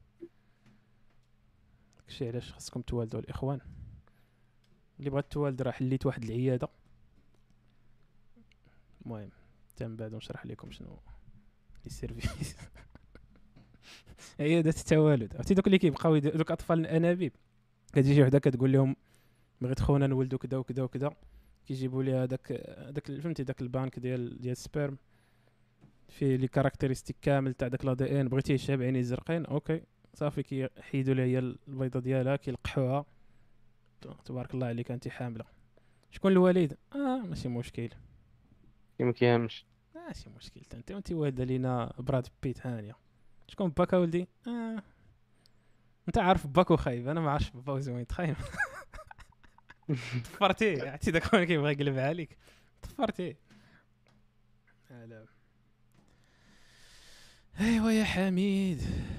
داكشي علاش خاصكم توالدوا الاخوان. اللي بغات توالد راه حليت واحد العياده. المهم حتى من بعد نشرح لكم شنو لي سيرفيس. عياده التوالد. عرفتي دوك اللي كيبقاو يدير- دوك اطفال الانابيب، كتجي شي وحده كتقول لهم بغيت خونا نولدو كذا وكذا وكذا، كيجيبوا ليها داك داك فهمتي داك البانك ديال ديال السبيرم فيه لي كاركتيرستيك كامل تاع داك لا دي ان، بغيتيه شاب عينيه زرقين اوكي صافي كيحيدوا لها هي البيضه ديالها كيلقحوها. تبارك الله عليك انت حامله. شكون الوالد؟ اه ماشي مشكل. ما كيهمش. ماشي مشكل انت وانت والده لينا براد بيت هانيه. شكون باك ولدي؟ اه انت عارف باكو خايب، انا ما عارفش باكو زوين تخايب. طفرتيه عرفتي داك وانا كيبغي يقلب عليك طفرتيه. لا ايوا يا حميد،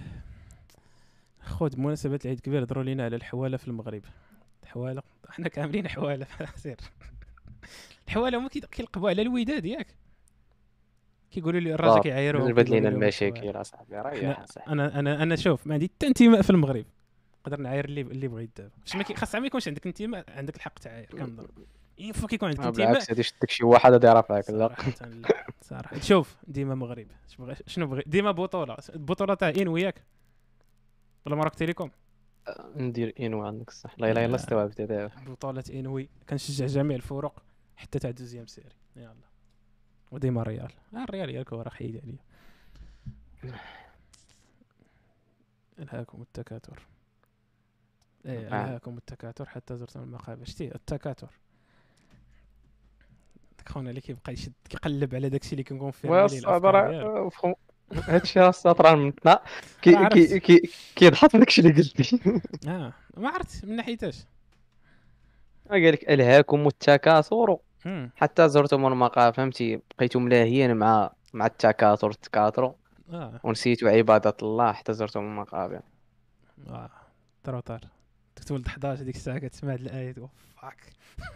خود بمناسبة العيد الكبير هضروا لينا على الحوالة في المغرب. الحوالة احنا كاملين حوالة سير. الحوالة هما كي- كيلقبوا على الوداد ياك، كيقولوا لي الراجل صافي كيعايروهم جبد كيقولوا لينا لهم الحوالة. المشاكل اصاحبي ريح حنا اصاحبي. انا انا انا شوف ما عندي حتى انتماء في المغرب، نقدر نعاير اللي اللي بغيت دابا. واش ما كي- خاص ما يكونش عندك انتماء، عندك الحق تعاير كنظن. إيه فوق يكون عندك آه انتماء. بالعكس هادي شدك شي واحد غادي يرفعك لا. صراحة لا صراحة شوف ديما مغرب اش بغي شنو بغي ديما بطولة البطولة تاع إين وياك ولا مراك تيليكوم. ندير انو عندك الصح لا اله الا آه، استوعبت دابا. بطولة إنوي كنشجع جميع الفرق حتى تاع دوزيام سيري يلا. وديما الريال آه الريال ياك راه حيد عليا. الهاكم التكاثر. ايه آه. الهاكم التكاثر حتى زرتم المقابر. شتي التكاثر داك خونا اللي كيبقى يشد كيقلب على داكشي اللي كنكونفيرمي ليه والصاد الافكار ديالو. راه فخم. هادشي راه الصاد راه متنا راه كي عرفت كي كي كيضحك في داكشي اللي قلتي. اه ما عرفت من ناحيتاش. قال لك الهاكم التكاثر امم حتى زرتم المقابر فهمتي بقيتم لاهيين مع مع التكاثر تكاثروا. اه ونسيت عبادة الله حتى زرتهم المقابر. اه تروطار تولد حداش ديك الساعه كتسمع هاد الايه تقول فاك.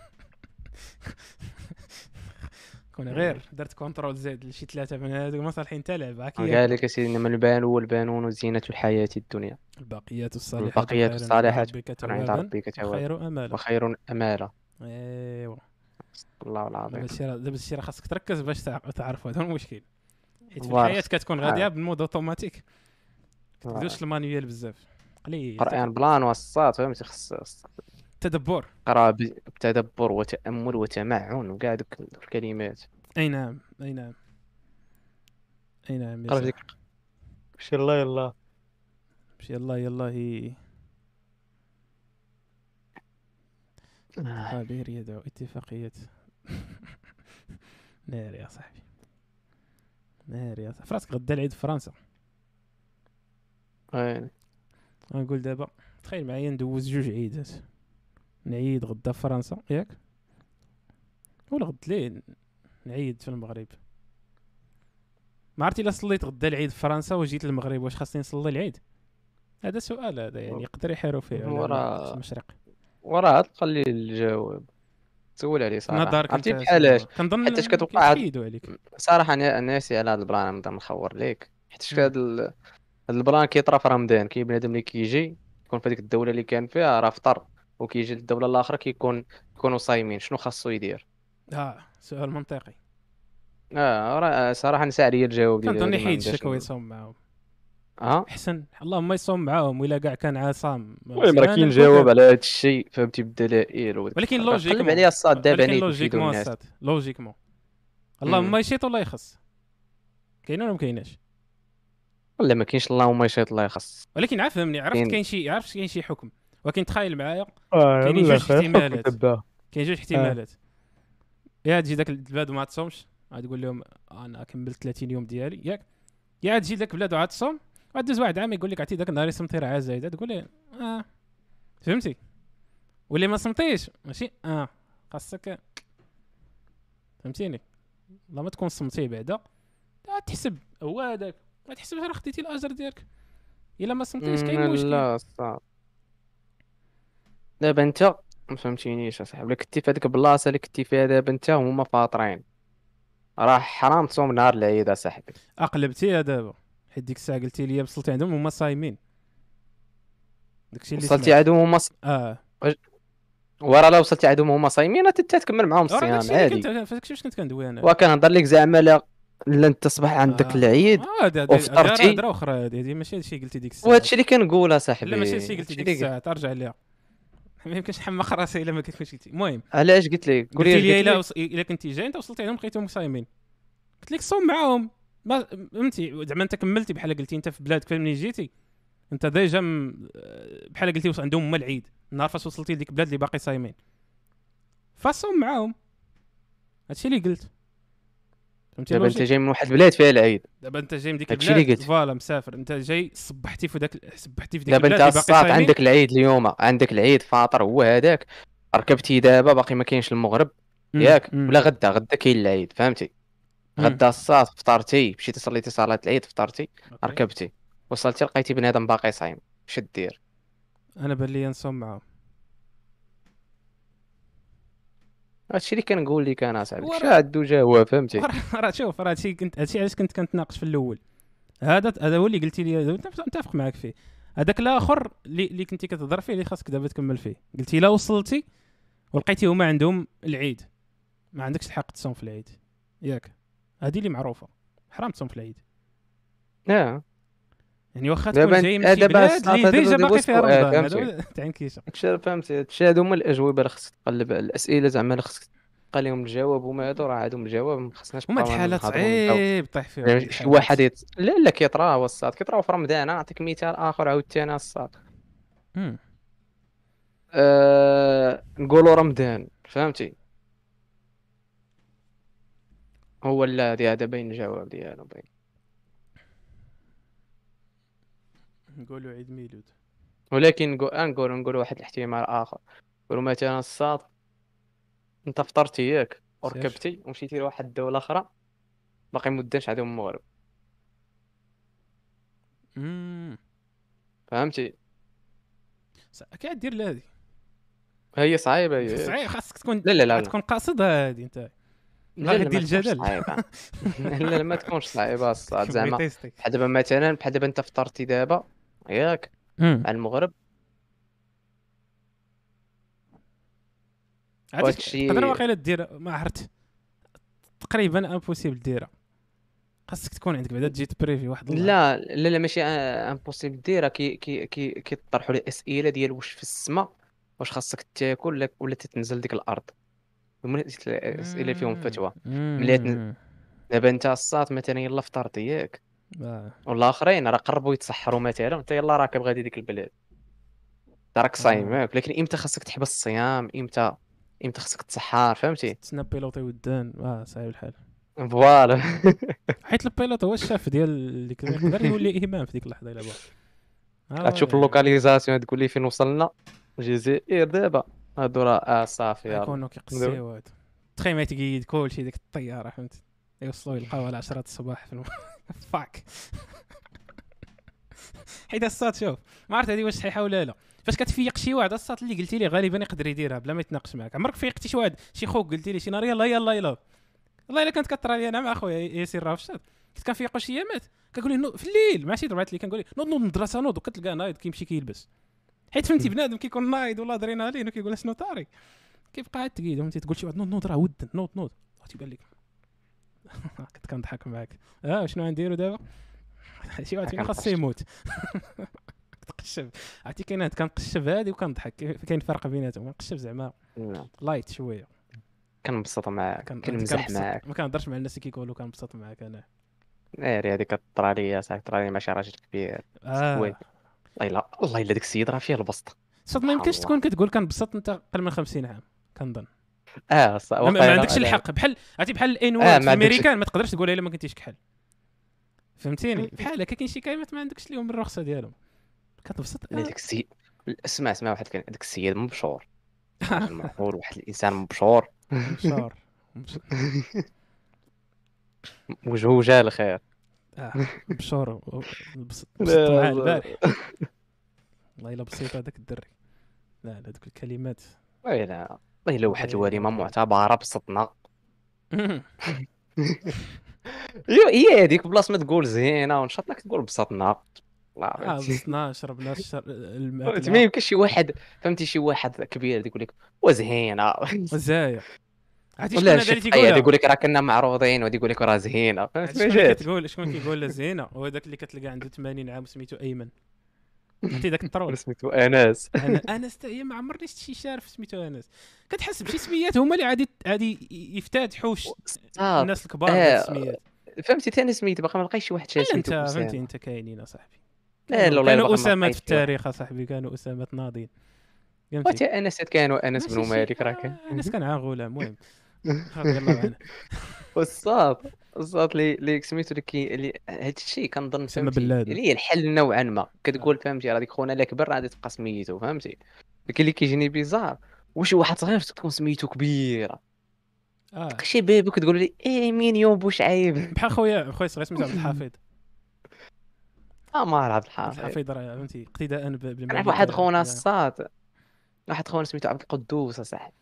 كون غير درت كونترول زد لشي ثلاثه من هادو ما صالحين حتى لعب هاك قال ياكلوا. لك يا سيدي إنما المال والبنون زينة الحياة الدنيا، الباقيات الصالحات والبقية خير عند الصالحات ربك خير عند ثوابا ربك ثوابا وخير امالا. وخير أمالا. ايوا الله دابا العظيم. الشيء راه- دابا الشيء راه خاصك تركز باش تع- تعرف هذا هو المشكل، حيت في الحياه وارخ كتكون غاديه بالمود اوتوماتيك، كتدوزش المانيوال بزاف قليل داك قرآن بلان وصات فهمتي، خص خص التدبر. تقرا ب- بتدبر وتأمل وتمعن وكاع دوك الكلمات. اي نعم اي نعم اي نعم يا قرا ديك صاح. مشي الله يلا. مشي يلا يلا هي خبير يدعو اتفاقية. ناري يا صاحبي ناري يا صاحبي، فراسك غدا العيد في فرنسا. وين غنقول دابا تخيل معايا ندوز جوج عيدات، نعيد غدا في فرنسا ياك، ولا غد ليه نعيد في المغرب. ما عرفتي الا صليت غدا العيد في فرنسا وجيت للمغرب واش خاصني نصلي العيد؟ هذا سؤال هذا يعني يقدر يحيروا فيه علماء ورا المشرق. ورا هاد قليل الجواب سول عليه في صراحة، نظرك عرفتي انت بحالاش؟ شنو كنظن حيتاش كتوقع هاد كيتحيدوا عليك. صراحة أنا ناسي على هاد البلان نبدا نخور ليك، حيتاش مم. هاد ال- هاد البلان كيطرا في رمضان، كاين بنادم اللي كيجي يكون في هذيك الدولة اللي كان فيها راه فطر، وكيجي للدولة الأخرى كيكون يكونوا صايمين، شنو خاصو يدير؟ اه سؤال منطقي. اه راه صراحة نسى عليا الجواب ديال كنظن هادي ما يحيد عندهاش الشكوى ن- يصوم معاهم اه. احسن، اللهم يصوم معاهم ولا كاع كان عصام المهم راه مزيان كاين جواب الكتب. على هاد الشيء فهمتي، بالدلائل وداك ولكن الحركات قلب لوجيكمون عليها الصاد دابا ولكن انا كيفيدوا لوجيكمون الناس. السات لوجيكمون اللهم امم يشيط ولا يخص، كاين ولا ما كايناش؟ ولا ما كاينش اللهم يشهد الله يخص. ولكن عرف فهمني عرفت كاين كاين شي عرفت كاين شي حكم، ولكن تخيل معايا اه من كاينين جوج الاخر حكم احتمالات. دابا. كاين جوج اه احتمالات، يا تجي داك البلاد وما تصومش غادي تقول لهم انا كملت ثلاثين يوم ديالي ياك، يا تجي داك البلاد وعاد تصوم وعاد دوز واحد عام يقول لك عرفتي داك النهار صمتي راه زايده تقول له اه فهمتي، واللي ما صمتيش ماشي اه خاصك فهمتيني، لا ما تكون صمتي بعدا تحسب هو هذاك ما تحسبش راه خديتي الاجر ديالك، الا ما صمتيش أمم، كاين مشكل. لا صعب. دابا انت ما فهمتينيش اصاحبي، الا كنتي في هذيك البلاصه اللي كنتي فيها دابا انت هما فاطرين، راه حرام تصوم نهار العيد اصاحبي. اقلبتيها دابا حيت ديك الساعه قلتي لي وصلتي عندهم هما صايمين، داكشي اللي وصلتي سمعت. عندهم هما ص... اه ورا لا وصلتي عندهم هما صايمين انت تكمل معاهم راه الصيام داكشي اللي كنت عادي. فداكشي واش كنت كندوي انا. وكنهضر لك زعما لا لا انت تصبح عندك اه العيد اه هذه هذه راه وفطرتي، هضره اخرى، هذه هذه ماشي هادشي قلتي ديك وهذا الساعه. الشيء اللي كنقول لا اصاحبي، ماشي هادشي هذا قلتي الشيء ديك اللي قلت. الساعه ترجع ليها، ما يمكنش نحمق راسي الا ما كنتش قلتي. المهم علاش قلت لك؟ قولي قلتي اش لي قلت الا لك. وص... الا كنتي جاي انت وصلتي عندهم لقيتهم صايمين، قلت لك صوم معاهم، ما فهمتي زعما انت كملتي بحال قلتي انت في بلادك فين جيتي انت ديجا م... بحال قلتي وص- عندهم هما العيد النهار فاش وصلتي لديك البلاد اللي باقي صايمين فصوم معاهم، هادشي اللي قلت فهمتي دابا انت لوجيك. جاي من واحد البلاد فيها العيد، دابا انت جاي من ديك هادشي اللي البلاد قلت. فوالا مسافر انت جاي صبحتي في داك صبحتي في ديك دابا انت البلاد اللي باقي الصاط صايمين. عندك العيد اليوم، عندك العيد فاطر هو هذاك، ركبتي دابا باقي ما كاينش المغرب امم ياك، امم ولا غدا غدا كاين العيد فهمتي. امم غدا الصاط فطرتي مشيتي صليتي صلاة العيد فطرتي اوكي ركبتي وصلتي لقيتي بنادم باقي صايم، اش دير؟ انا بان لي نصوم معاهم. هادشي اللي كنقول لك انا صاحبي، داكشي وراه عندو جواب فهمتي. وراه راه شوف راه هادشي كنت هادشي علاش كنت كنتناقش في الاول، هذا هذا هو اللي قلتي لي نتفق نتفق معك فيه. هذاك الاخر اللي اللي كنتي كتهضر فيه اللي خاصك دابا تكمل فيه، قلتي لا وصلتي ولقيتي هما عندهم العيد ما عندكش الحق تصوم في العيد ياك، هذه اللي معروفه حرام تصوم في العيد. اه يعني واخا تكون دابا انت جاي من آه، شي دابا بلاد الصاط اللي هذا ديجا دابا باقي فيها السؤال رمضان، هذا فهمتي. هو تاع كيشه. داكشي فهمتي، هادشي هادو هما الاجوبه اللي خصك تقلب على الاسئله زعما اللي خصك تلقى لهم الجواب، هما هادو راه عندهم الجواب ما خصناش هما د نبقاو حالات نهضروا ونبداو. صعيب طيح فيهم هاد يعني شي الحالات. واحد يت... لا لا كيطرا هو الصاد كيطراو في رمضان. أنا نعطيك مثال اخر عاوتاني الصاد. امم أه... نقولوا رمضان فهمتي، هو الذي هذا باين الجواب ديالو باين. نقولوا عيد ميلود. ولكن نقول نقول نقول واحد الاحتمال اخر، نقولوا مثلا الصاد انت فطرتي ياك سير وركبتي ومشيتي لواحد الدوله اخرى باقي مدانش عندهم المغرب، امم فهمتي؟ كي دير لا هادي هي صعيبه هي. صعيب، خاصك تكون لا لا لا لا تكون قاصدها هادي انت لا باغي لا، ما دير تكونش الجدل. صعيبه. لا لا، ما تكونش صعيبه الصاد بغيت زعما. تيستي. بحال دابا مثلا، بحال دابا انت فطرتي دابا ياك امم مع المغرب، عرفتي تقدر وهادشي. واقيلا دير ما عرفت تقريبا امبوسيبل ديرها، خاصك تكون عندك بعدا تجي تبريفي واحد الله. لا لا لا، ماشي امبوسيبل ديرها. كي كي كي كيطرحوا لي اسئله ديال واش في السماء، واش خاصك تاكل ولا ولا تتنزل ديك الارض. هما الاسئله فيهم امم فتوى. ملي تن- امم دابا انت الصات مثلا يلا فطرتي ياك، اه والاخرين راه قربوا يتسحروا مثلا، انت يلا راكب غادي ديك البلاد، انت راك صايم اه ياك. لكن امتى خاصك تحبس الصيام، امتى امتى خاصك تسحر، فهمتي؟ تسنى بيلوطي ودان اه صعيب الحال. فوالا. حيت البيلوت هو الشاف ديال ديك، ما يقدر يولي امام في ديك اللحظه الا بغا. اه غتشوف وي اللوكاليزاسيون تقول لي فين وصلنا، الجزائر دابا. هادو راه اه صافي يلا. غيكونوا دابا كيقسيو هادو. تخيل ما تقيد كلشي ديك الطياره فهمتي، يوصلوا يلقاو على عشرة الصباح في الم... فاك. حيت الصات شوف ما عرفت هذه واش صحيحه ولا لا، فاش كتفيق شي واحد الصات اللي قلتي لي غالبا يقدر يديرها بلا ما يتناقش معاك. عمرك فيقتي شي واحد شي خوك قلتي لي شي نهار يلا يلا يلا، والله الا كانت كطرى لي انا مع خويا ياسر راه في الشط، كنت كنفيقوا شي ايامات كنقول له نوض في الليل ماشي ضربات لي كنقول له نوض نوض المدرسه نوض، وكتلقاه نايض كيمشي كيلبس. حيت فهمتي بنادم كيكون نايض ولا ادرينالين وكيقول شنو طاري، كيبقى عاد تقيد فهمتي تقول شي واحد نوض نوض راه ودن نوض نوض تيبان لك. كنت كنضحك معاك. اه شنو غنديروا دابا؟ شي واحد فينا خاصو كنقش. يموت. تقشف عرفتي كاين هاد كنقشف هادي وكنضحك، كاين فرق بيناتهم. كنقشف زعما لا، لايت شويه، كنبسط معاك، كان هادي كنمزح كنبسط معاك. ما كنهضرش مع الناس اللي كيقولوا كنبسط معاك انا. ناري هذيك كطرى لي صاحبي، طرى لي مع شي راجل كبير. اه وي، الله الا الله الا ديك السيد راه فيه البسط. صد ما سبحان يمكنش الله. تكون كتقول كنبسط انت اقل من خمسين عام كنظن. اه ص- ما, ما وقيلا عندكش لا. الحق بحال عرفتي بحال الان اه وورد ما في عندكش. الميريكان ما تقدرش تقولها الا ما كنتيش كحل. فهمتيني بحال هكا كاين شي كلمات ما عندكش اليوم الرخصه ديالهم كتبسط لا اه. ديك السيد، اسمع اسمع، واحد كان ديك السيد مبشور، راجل معقول، واحد الانسان مبشور. مشار مش... وجهه وجه الخير. اه مشور بسط بسطت لا معاه لا. البارح. والله الا بسيط هذاك الدري. لا لا دوك الكلمات. ويلا والله الا واحد ويلي الوليمه ويلي. معتبره بسطنا. هي هي هذيك بلاص ما تقول زينه ونشاط لك تقول بسطنا. الله اه فهمتي. بسطنا شربنا الشر... فهمتي، ما الماكله يمكنش شي واحد، فهمتي، شي واحد كبير يقول لك وزهينه. وزايه. عرفتي ولا شكون هذا شي اللي فقيه تيقولها؟ يقول لك راه كنا معروضين، وهادي يقول لك راه زهينه، فهمتي عرفتي ما شكون اللي جات. كتقول شكون كيقول لا زينه؟ هو داك اللي كتلقى عنده ثمانين عام وسميتو ايمن. عرفتي داك الطرول؟ سميتو انس. انا انس حتى هي ما عمرني شفت شي شارف سميتو انس. كتحس بشي سميات هما اللي عادي عادي يفتتحوا ش- صاد. الناس الكبار بهاد اه السميات. فهمتي، ثاني سميت باقي ما لقيتش شي واحد شا الا انت سميتو فهمتي اسامه. انت كاينين اصاحبي. لا لا كانوا والله الا كانوا باقي ما اسامات لقيت في شي واحد. التاريخ اصاحبي، كانوا اسامات ناضين فهمتي. وتا انس كانوا انس بن ماشي شي مالك راه كان. آه ناس كان عا غلام المهم رضي الله عنه. والصاد الصاد لي لي سميتو اللي كي اللي هاد الشيء كنظن، اسامه فهمتي، بن اللي هي الحل نوعا ما آه. كتقول، فهمتي، راه ديك خونا لا كبر غادي تبقى سميتو، فهمتي. لكن اللي كيجيني بيزار واش واحد صغير تكون سميتو كبير، اه تلقى شي بيبي كتقول لي ايه مين يوم بوشعيب. بحال خويا خويا صغير سميتو عبد الحفيظ. اه مار عبد عبد الحافظ. الحفيظ راه فهمتي اقتداء ب- كنعرف بالملك واحد خونا آه. الصاد، واحد خونا سميتو عبد القدوس اصاحبي.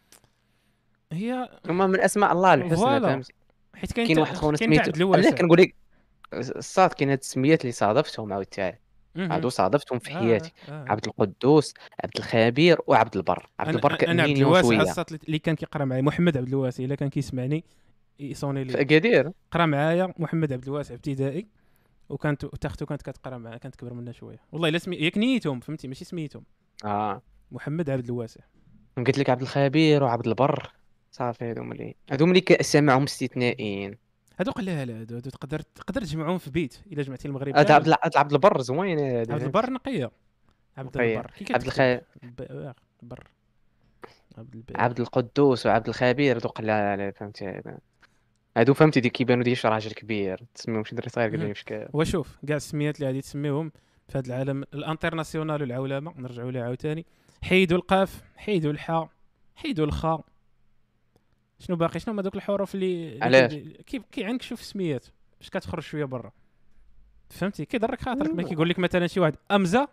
هي هما من اسماء الله الحسنى، فوالا. فهمتي. حيت كاين كاين تا واحد خونا كاين تا سميتو، عبد لا الواسع. كنقول لك الصاد، كاين هاد السميات اللي صادفتهم عاوتاني، اها هادو صادفتهم في اه حياتي. اه. عبد القدوس، عبد الخبير، وعبد البر. عبد انا البر انا كأنين عبد يوم الواسع شويه الصات اللي كان كيقرا معايا محمد عبد الواسع، الا كان كيسمعني يصوني في لي. اكادير. قرا معايا محمد عبد الواسع ابتدائي، وكانت تاختو كانت كتقرا معاه، كانت كبر منا شويه والله الا سمي ياك نيتهم فهمتي ماشي سميتهم. اه محمد عبد الواسع. قلت لك عبد الخبير وعبد البر، صافي هادو ملي هادو ملي سامعهم استثنائيين. هادو قلال هادو هادو تقدر تقدر تجمعهم في بيت الا جمعتي المغرب هذا عبد كامل. الع- عبد البر زوين هادي، عبد فهمتي. البر نقيه. عبد نقية. البر كي عبد كتكتب الخ ب... آه، بر عبد البر. عبد القدوس وعبد الخبير هادو قلال، فهمتي. هادو فهمتي دي كيبانوا ديال شي راجل كبير، تسميهم شي دري صغير مهم. قال لي شكال. وشوف كاع السميات اللي غادي تسميهم في هذا العالم الانترناسيونال والعولمه نرجعوا ليها عاوتاني، حيدوا القاف حيدوا الحاء حيدوا الخاء، شنو باقي شنو هما دوك الحروف اللي, اللي علاش؟ كي كي عندك شوف السميات باش كتخرج شويه برا. فهمتي كيضرك خاطرك ما كيقول لك مثلا شي واحد امزه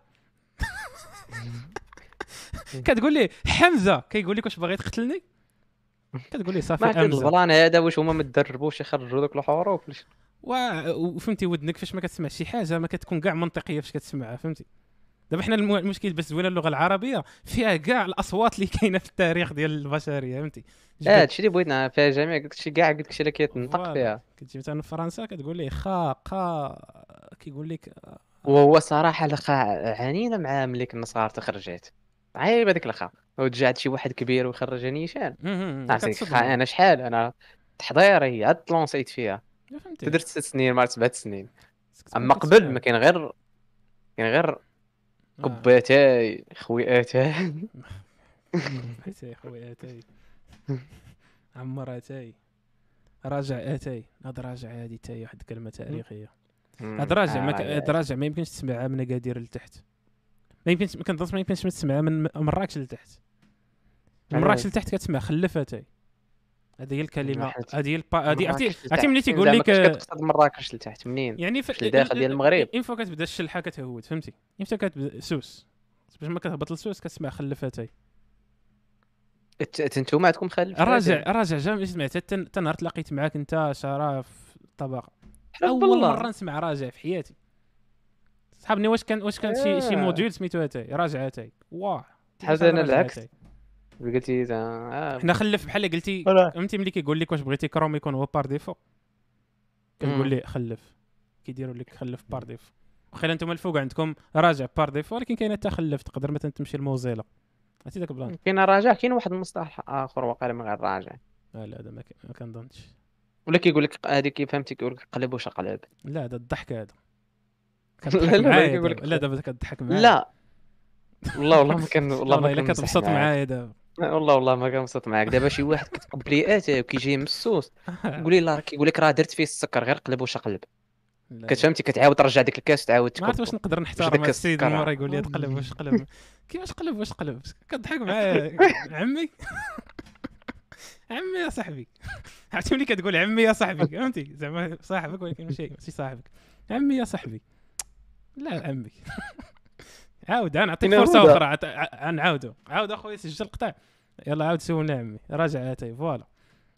كتقول لي حمزه كيقول لك واش باغي تقتلني كتقول لي صافي ما هاد امزه البلان هذا واش هما ما تدربوش يخرجوا دوك الحروف ولا شي؟ و- وفهمتي ودنك فاش ما كتسمع شي حاجه ما كتكون كاع منطقيه فاش كتسمعها فهمتي دابا حنا الم- المشكل بس زوينه اللغه العربيه فيها كاع الاصوات اللي كاينه في التاريخ ديال البشريه فهمتي اه هادشي اللي بغيت نعرف فيها جميع داكشي كاع داكشي اللي كيتنطق فوالا فيها. كتجي مثلا في فرنسا كتقول لي خا قا كيقول لك وهو صراحه الخا عانينا مع ملي كنا صغار تخرجات عيب هذيك الخا وتجي عند شي واحد كبير ويخرجها نيشان. عرفتي خا كتصدموا انا شحال انا تحضيري عاد تلونسيت فيها فهمتي تدرت ست سنين مار سبع سنين. خصك تكون اما قبل ما كتفهم. كاين غير كاين غير آه. كباتاي خوياتاي بحيتي خويا اتاي عمر اتاي راجع اتاي هاد راجع هادي تاي واحد الكلمه تاريخيه هاد راجع ما ك- هاد راجع ما يمكنش تسمعها من اكادير لتحت ما يمكنش ما كنظنش ما يمكنش تسمعها من مراكش لتحت من مراكش لتحت كتسمع خلف اتاي هذه هي الكلمه هذه هي البا هذه عرفتي عرفتي ملي تيقول لك كتقصد مراكش لتحت منين يعني في الداخل ديال المغرب اين فوا كتبدا الشلحه كتهود فهمتي امتى كتبدا سوس باش ما كتهبط لسوس كتسمع خلف اتاي انتوما عندكم خلف راجع راجع جامع سمعت حتى نهار تلاقيت معاك انت شرف الطبق حرب اول بالله. مره نسمع راجع في حياتي صحابني واش كان واش كان شي شي آه. موديول سميتو اتاي راجع اتاي واه حتى انا العكس قلتي اه حنا خلف بحال قلتي ولا. فهمتي ملي كيقول لك واش بغيتي كروم يكون هو بار ديفو كتقول مم. لي خلف كيديروا لك خلف بار ديفو واخا انتم الفوق عندكم راجع بار ديفو ولكن كاين حتى خلف تقدر مثلا تمشي لموزيلا عرفتي داك البلان كاين راجع كاين واحد المصطلح اخر واقيلا من غير راجع لا لا هذا ما كان- ما كنظنش ولا كيقول لك هذيك فهمتي كيقول لك قلب واش قلب لا هذا الضحك هذا لا كتضحك لا معايا كيقول لك دابا. لا دابا كتضحك معايا لا والله والله ما كان لا والله والله ما الا كنمزح كتبسط معاك. معايا دابا والله والله ما كنبسط معاك دابا شي واحد كتقبلي اتاي وكيجي مسوس قولي لا كيقول لك راه درت فيه السكر غير قلب واش قلب لا لا. كتفهمتي كتعاود ترجع ديك الكاس تعاود ما عرفت تكب واش نقدر واش نحترم داك هاد السيد السكر مورا يقول لي تقلب واش قلب كيفاش قلب واش قلب كضحك معايا عمي عمي يا صاحبي عرفتي ملي كتقول عمي يا صاحبي فهمتي زعما صاحبك ولكن ماشي ماشي صاحبك عمي يا صاحبي لا عمي عاود انا نعطيك إنه فرصه هو ده. اخرى عط- ع- نعاودو عاود اخويا سجل القطع يلا عاود سولنا عمي راجع اتاي فوالا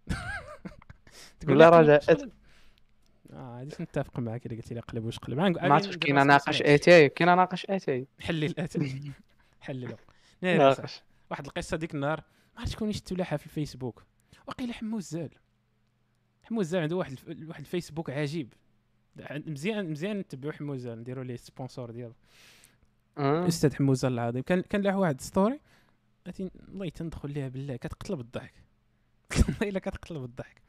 لا راجع اه غاديش نتفق معك الا قلتي لي قلب واش قلب غنقول- ما غادي عرفتش ندير كاين راسي ما ناقش سمعتش. اتاي كاين ناقش اتاي حلل الاتاي حللو ناري صح. ناقش واحد القصه ديك النهار ما عرفتش شكون شفتو لها في الفيسبوك وقيل حمو الزال حمو الزال عنده واحد الف- واحد الفيسبوك عجيب مزيان مزيان نتبعوا حمو الزال نديروا ليه سبونسور ديالو آه. استاذ حمو الزال العظيم كان كان له واحد ستوري عرفتي والله تندخل ليها بالله كتقتل بالضحك والله الا كتقتل بالضحك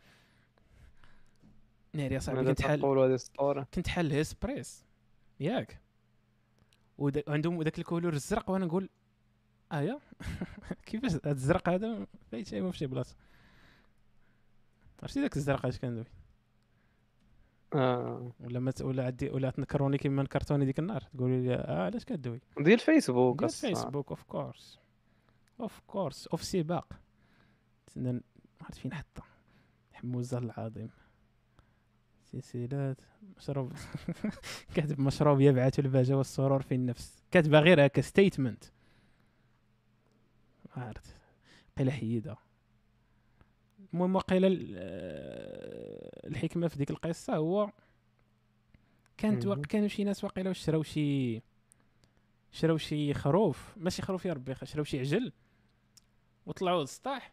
ناري يا صاحبي ماذا كنت حال تقول هذه الاسطوره كنت حال هيسبريس ياك وعندهم ذاك الكولور الزرق وانا نقول اه يا كيفاش هذا الزرق هذا فايت شي في شي بلاصه عرفتي داك الزرق اش كندوي اه ولا ما ت- ولا عدي ولا تنكروني كيما نكرتوني ديك النهار تقولي لي اه علاش كدوي ديال الفيسبوك ديال الصا. فيسبوك اوف كورس اوف كورس اوف سباق تسنى ما عرفت فين حطها حمو الزهر العظيم سلسلات مشروب كاتب مشروب يبعث البهجة والسرور في النفس كاتبه غير هكا ستيتمنت ما عرفت قيل حيدها المهم وقيل ال- آه، الحكمة في ديك القصة هو كانت مهم. وق... كانوا شي ناس واقيلا واش شراو شي شراو شي خروف ماشي خروف يا ربي شراو شي عجل وطلعوا للسطاح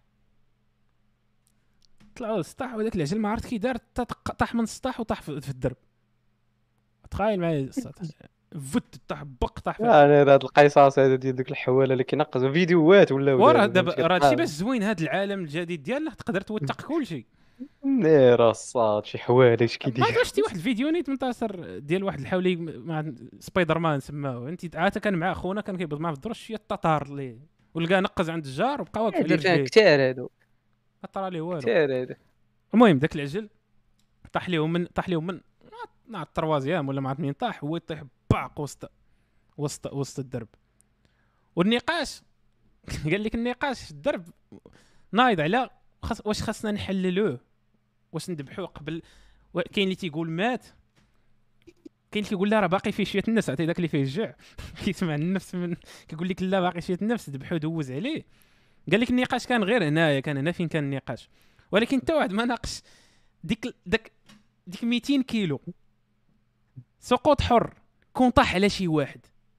طلعوا للسطاح وداك العجل ما عرفت كي دار طا- طاح من السطاح وطاح في في الدرب تخيل معايا السطح فت طاح بق طاح في يعني هاد القصص هذا ديال ديك الحواله اللي كينقزوا فيديوهات ولا وراه دابا راه هادشي باش زوين هاد العالم الجديد ديالنا تقدر توثق كلشي نير الصاد شي حواله اش بعد كيدير واش شتي واحد الفيديو نيت منتصر ديال واحد الحولي مع سبايدر مان سماوه انت عاد كان مع خونا كان كيبض معاه في الدرج شويه التطار اللي ولقى نقز عند الجار وبقى واقف على هادي فيها رجليه كتار هادو ما طرا ليه والو كتار هادو المهم داك العجل طاح ليهم من طاح ليهم من مع التروازيام ولا مع منين طاح هو يطيح باق وسط وسط وسط الدرب والنقاش قال لك النقاش في الدرب نايض على خاص واش خاصنا نحللوه واش نذبحوه قبل و- كاين اللي تيقول مات كاين اللي كيقول لها راه باقي فيه شويه النفس، عطي داك اللي فيه الجوع كيسمع النفس من كيقول لك لا باقي شويه النفس، ذبحو دوز عليه. قال لك النقاش كان غير هنايا، كان هنا فين كان النقاش، ولكن حتى واحد ما ناقش ديك داك ديك مئتين كيلو سقوط حر كون طاح على شي واحد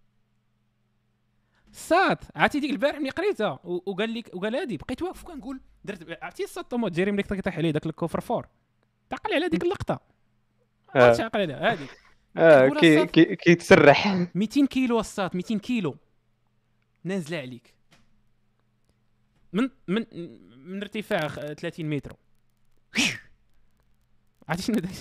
صات. عرفتي ديك البارح ملي قريتها وقال لك وقال هادي بقيت واقف كنقول درت عرفتي الصات طوموت جيري ملي كيطيح عليه داك الكوفر فور، تعقل على ديك اللقطه آه. تعقل عليها هذيك اه كي كي كيتسرح مئتين كيلو الصات مئتين كيلو نازله عليك من من من ارتفاع ثلاثين متر. عرفتي شنو داك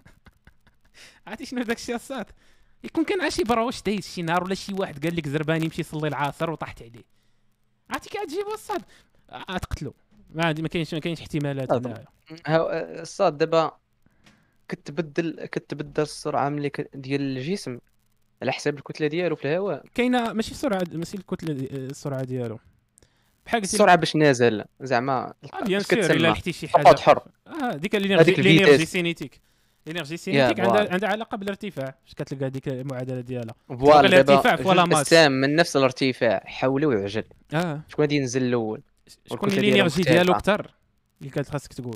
عرفتي شنو داك الشيء الصات؟ يكون كان عاشي براوش دايز شي نهار ولا شي واحد قال لك زرباني يمشي يصلي العصر وطاحت عليه، عرفتي كتجيبو الصاد غتقتلو. ما ما كاينش ما كاينش احتمالات هنايا. ها الصاد دابا كتبدل كتبدل السرعه ملي ديال الجسم على حساب الكتله ديالو في الهواء. كاينه ماشي السرعه ماشي الكتله السرعه ديالو بحال قلتي السرعه باش نازل زعما بيان سور الا لحتي شي حاجه سقوط حر. اه ديك الانرجي سينيتيك الانرجي سينيتيك عندها عندها علاقه بالارتفاع، فاش كتلقى ديك المعادله ديالها فوالا الارتفاع فوالا ماس السام من نفس الارتفاع حولي ويعجل. اه شكون غادي ينزل الاول؟ شكون الانرجي ديالو اكثر اللي كانت خاصك تقول،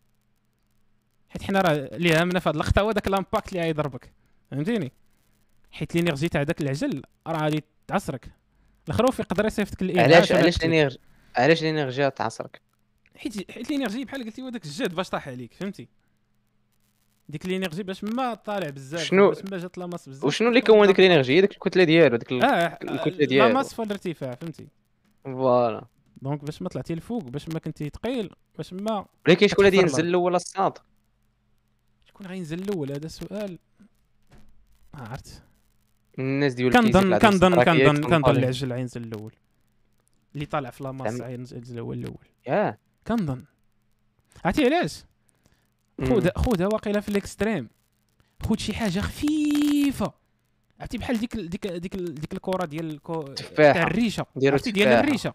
حيت حنا راه اللي هامنا في هذه اللقطه هو داك الامباكت اللي غيضربك فهمتيني، حيت الانرجي تاع داك العجل راه غادي تعصرك. الخروف يقدر يصيفطك الانعاش. علاش علاش الانرجي علاش الانرجي تعصرك؟ حيت حيت الانرجي بحال قلتي هو داك الجهد باش طاح عليك فهمتي، ديك الانرجي باش ما طالع بزاف شنو باش ما جات لاماس بزاف. وشنو اللي كون ديك الانرجي؟ ديك الكتله ديالو ديك اه الكتله ديالو لاماس في الارتفاع فهمتي. فوالا دونك باش ما طلعتي الفوق باش ما كنتي ثقيل باش ما ولكن شكون غادي ينزل الاول الصاد؟ شكون غينزل الاول؟ هذا سؤال ما عرفت. الناس ديال كنظن كنظن كنظن كنظن العجل غينزل الاول، اللي طالع في لاماس غينزل الاول الاول ياه كنظن. عرفتي علاش؟ خذ خذها واقيلا في الاكستريم، خذ شي حاجه خفيفه عرفتي بحال ديك ديك ديك ديك الكره ديال الكو... تاع الريشه عرفتي ديال الريشه.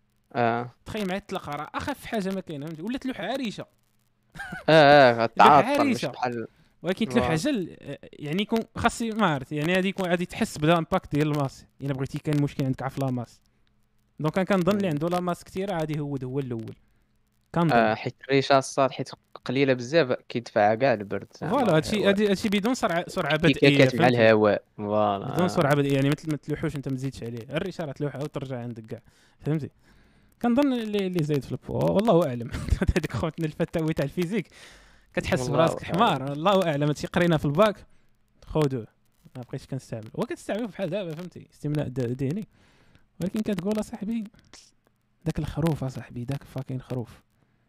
اه تخيل معايا الطلقه راه اخف حاجه ما كاينه ولات لوحه ريشه. اه اه تعاطل مش بحال ولكن تلوح عجل يعني يكون خاصي ما عرفت يعني غادي يكون غادي تحس بالامباكت ديال الماس الا بغيتي. كاين مشكل عندك في لاماس دونك كنظن اللي عنده لاماس كثيره غادي هو هو الاول كنظن. آه حيت الريشه الصاد حيت قليله بزاف كيدفع كاع البرد. فوالا هادشي هادشي بدون سرعه سرعه بدئيه كاتب على الهواء. فوالا بدون سرعه بدئيه يعني مثل ما تلوحوش انت ما تزيدش عليه الريشه راه تلوحها وترجع عندك كاع فهمتي. كنظن اللي اللي زايد في البو والله اعلم. هذيك خوتنا الفتاوي تاع الفيزيك كتحس براسك حمار الله اعلم. هادشي قرينا في الباك خذوه ما بقيتش كنستعمل وكتستعملوا بحال دابا فهمتي استمناء ذهني. ولكن كتقول اصاحبي داك الخروف اصاحبي داك فاكين خروف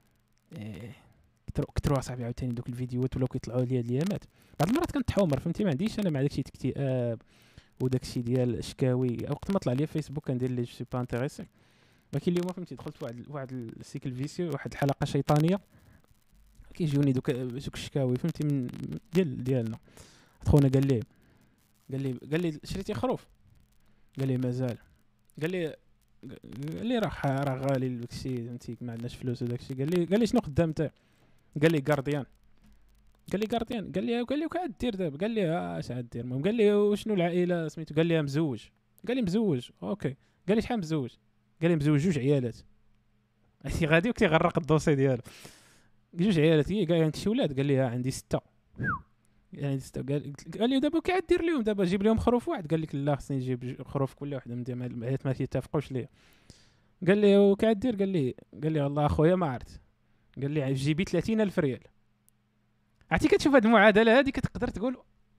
ايه كثروا كثروا اصاحبي عاوتاني دوك الفيديوهات ولاو كيطلعوا لي هاد الايامات. بعض المرات كنتحومر فهمتي ما عنديش انا مع داكشي اكتئاب وداكشي ديال الشكاوي. وقت ما طلع لي فيسبوك كندير لي سي با انتريسي. ولكن اليوم فهمتي دخلت واحد واحد السيكل فيسيو واحد الحلقه شيطانيه كيجوني دوك دوك الشكاوي فهمتي من ديال ديالنا. خونا قال لي قال لي قال لي شريتي خروف؟ قال لي مازال. قال لي قال لي راه راه غالي داكشي فهمتي ما عندناش فلوس وداكشي. قال لي قال لي شنو خدام انت؟ قال لي غارديان. قال لي غارديان قال لي قال لي وكاد دير دابا؟ قال لي اه اش غدير؟ المهم قال لي وشنو العائله سميتو؟ قال لي مزوج. قال لي مزوج اوكي. قال لي شحال مزوج؟ قال لي مزوج جوج عيالات. عرفتي غادي وكيغرق الدوسي ديالو جوج عيالات. هي قال عندك شي ولاد؟ قال لي ها عندي سته. يعني قال قال لي دابا كي دير لهم دابا جيب لهم خروف واحد؟ قال لك لا خصني نجيب خروف كل واحد من ديال ما كيتفقوش ليا. قال لي وكي دير؟ قال لي قال لي والله اخويا ما عرفت. قال لي جيبي ثلاثين ألف ريال. عرفتي كتشوف هذه المعادله هذه كتقدر تقول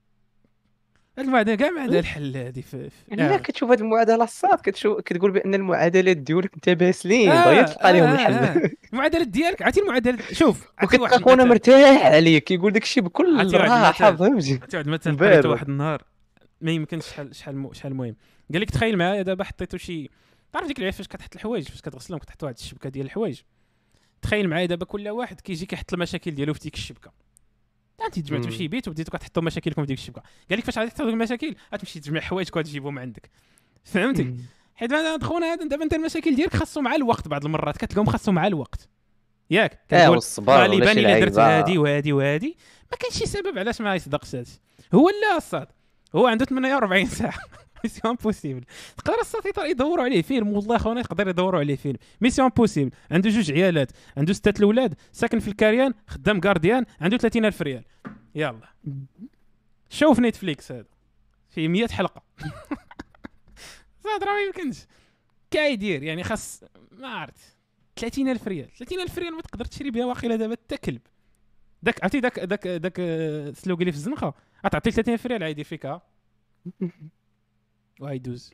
هذه المعادله كاع ما عندها الحل هذه في لا كتشوف هذه المعادله الصاد كتشوف كتقول بان المعادلات ديالك انت باسلين ضيع تلقى لهم الحل. المعادلات ديالك عرفتي المعادله شوف وكتلقى خونا مرتاح عليك كيقول داك الشيء بكل راحه فهمتي. تعود مثلا قريت واحد النهار ما يمكنش شحال شحال شحال المهم قال لك تخيل معايا دابا حطيتو شي تعرف ديك العيش فاش كتحط الحوايج فاش كتغسلهم كتحط واحد الشبكه ديال الحوايج. تخيل معايا دابا كل واحد كيجي كيحط المشاكل ديالو في ديك الشبكه. انت جمعتوا شي بيت وبديتوا كتحطوا مشاكلكم في ديك الشبكه. قال لك فاش غادي تحطوا ديك المشاكل غتمشي تجمع حوايجك وتجيبهم عندك فهمتي. حيت انا خونا هذا دابا انت المشاكل ديالك خاصو مع الوقت بعض المرات كتلقاهم خاصو مع الوقت ياك اه كتقول والصبر ولا غالبا شي الا درت لعيبه. هادي وهادي وهادي ما كانش شي سبب علاش ما يصدقش هادشي. هو لا الصاد هو عنده ثمانية وأربعين ساعه ميسيون امبوسيبل. تقدر الصاد يدوروا عليه فيلم والله خونا يقدر يدوروا عليه فيلم. ميسيون امبوسيبل عنده جوج عيالات، عنده ستة الاولاد، ساكن في الكاريان، خدام غارديان، عنده ثلاثين ألف ريال. يلا شوف نتفليكس هذا في مية حلقه صاد راه ما يمكنش كايدير يعني خاص ما عرفت ثلاثين ألف ريال. ثلاثين ألف ريال ما تقدر تشري بها واقيلا دابا حتى كلب. داك عرفتي داك داك داك سلوك اللي في الزنقه غتعطي ثلاثين ألف ريال عادي فيك ها وغيدوز.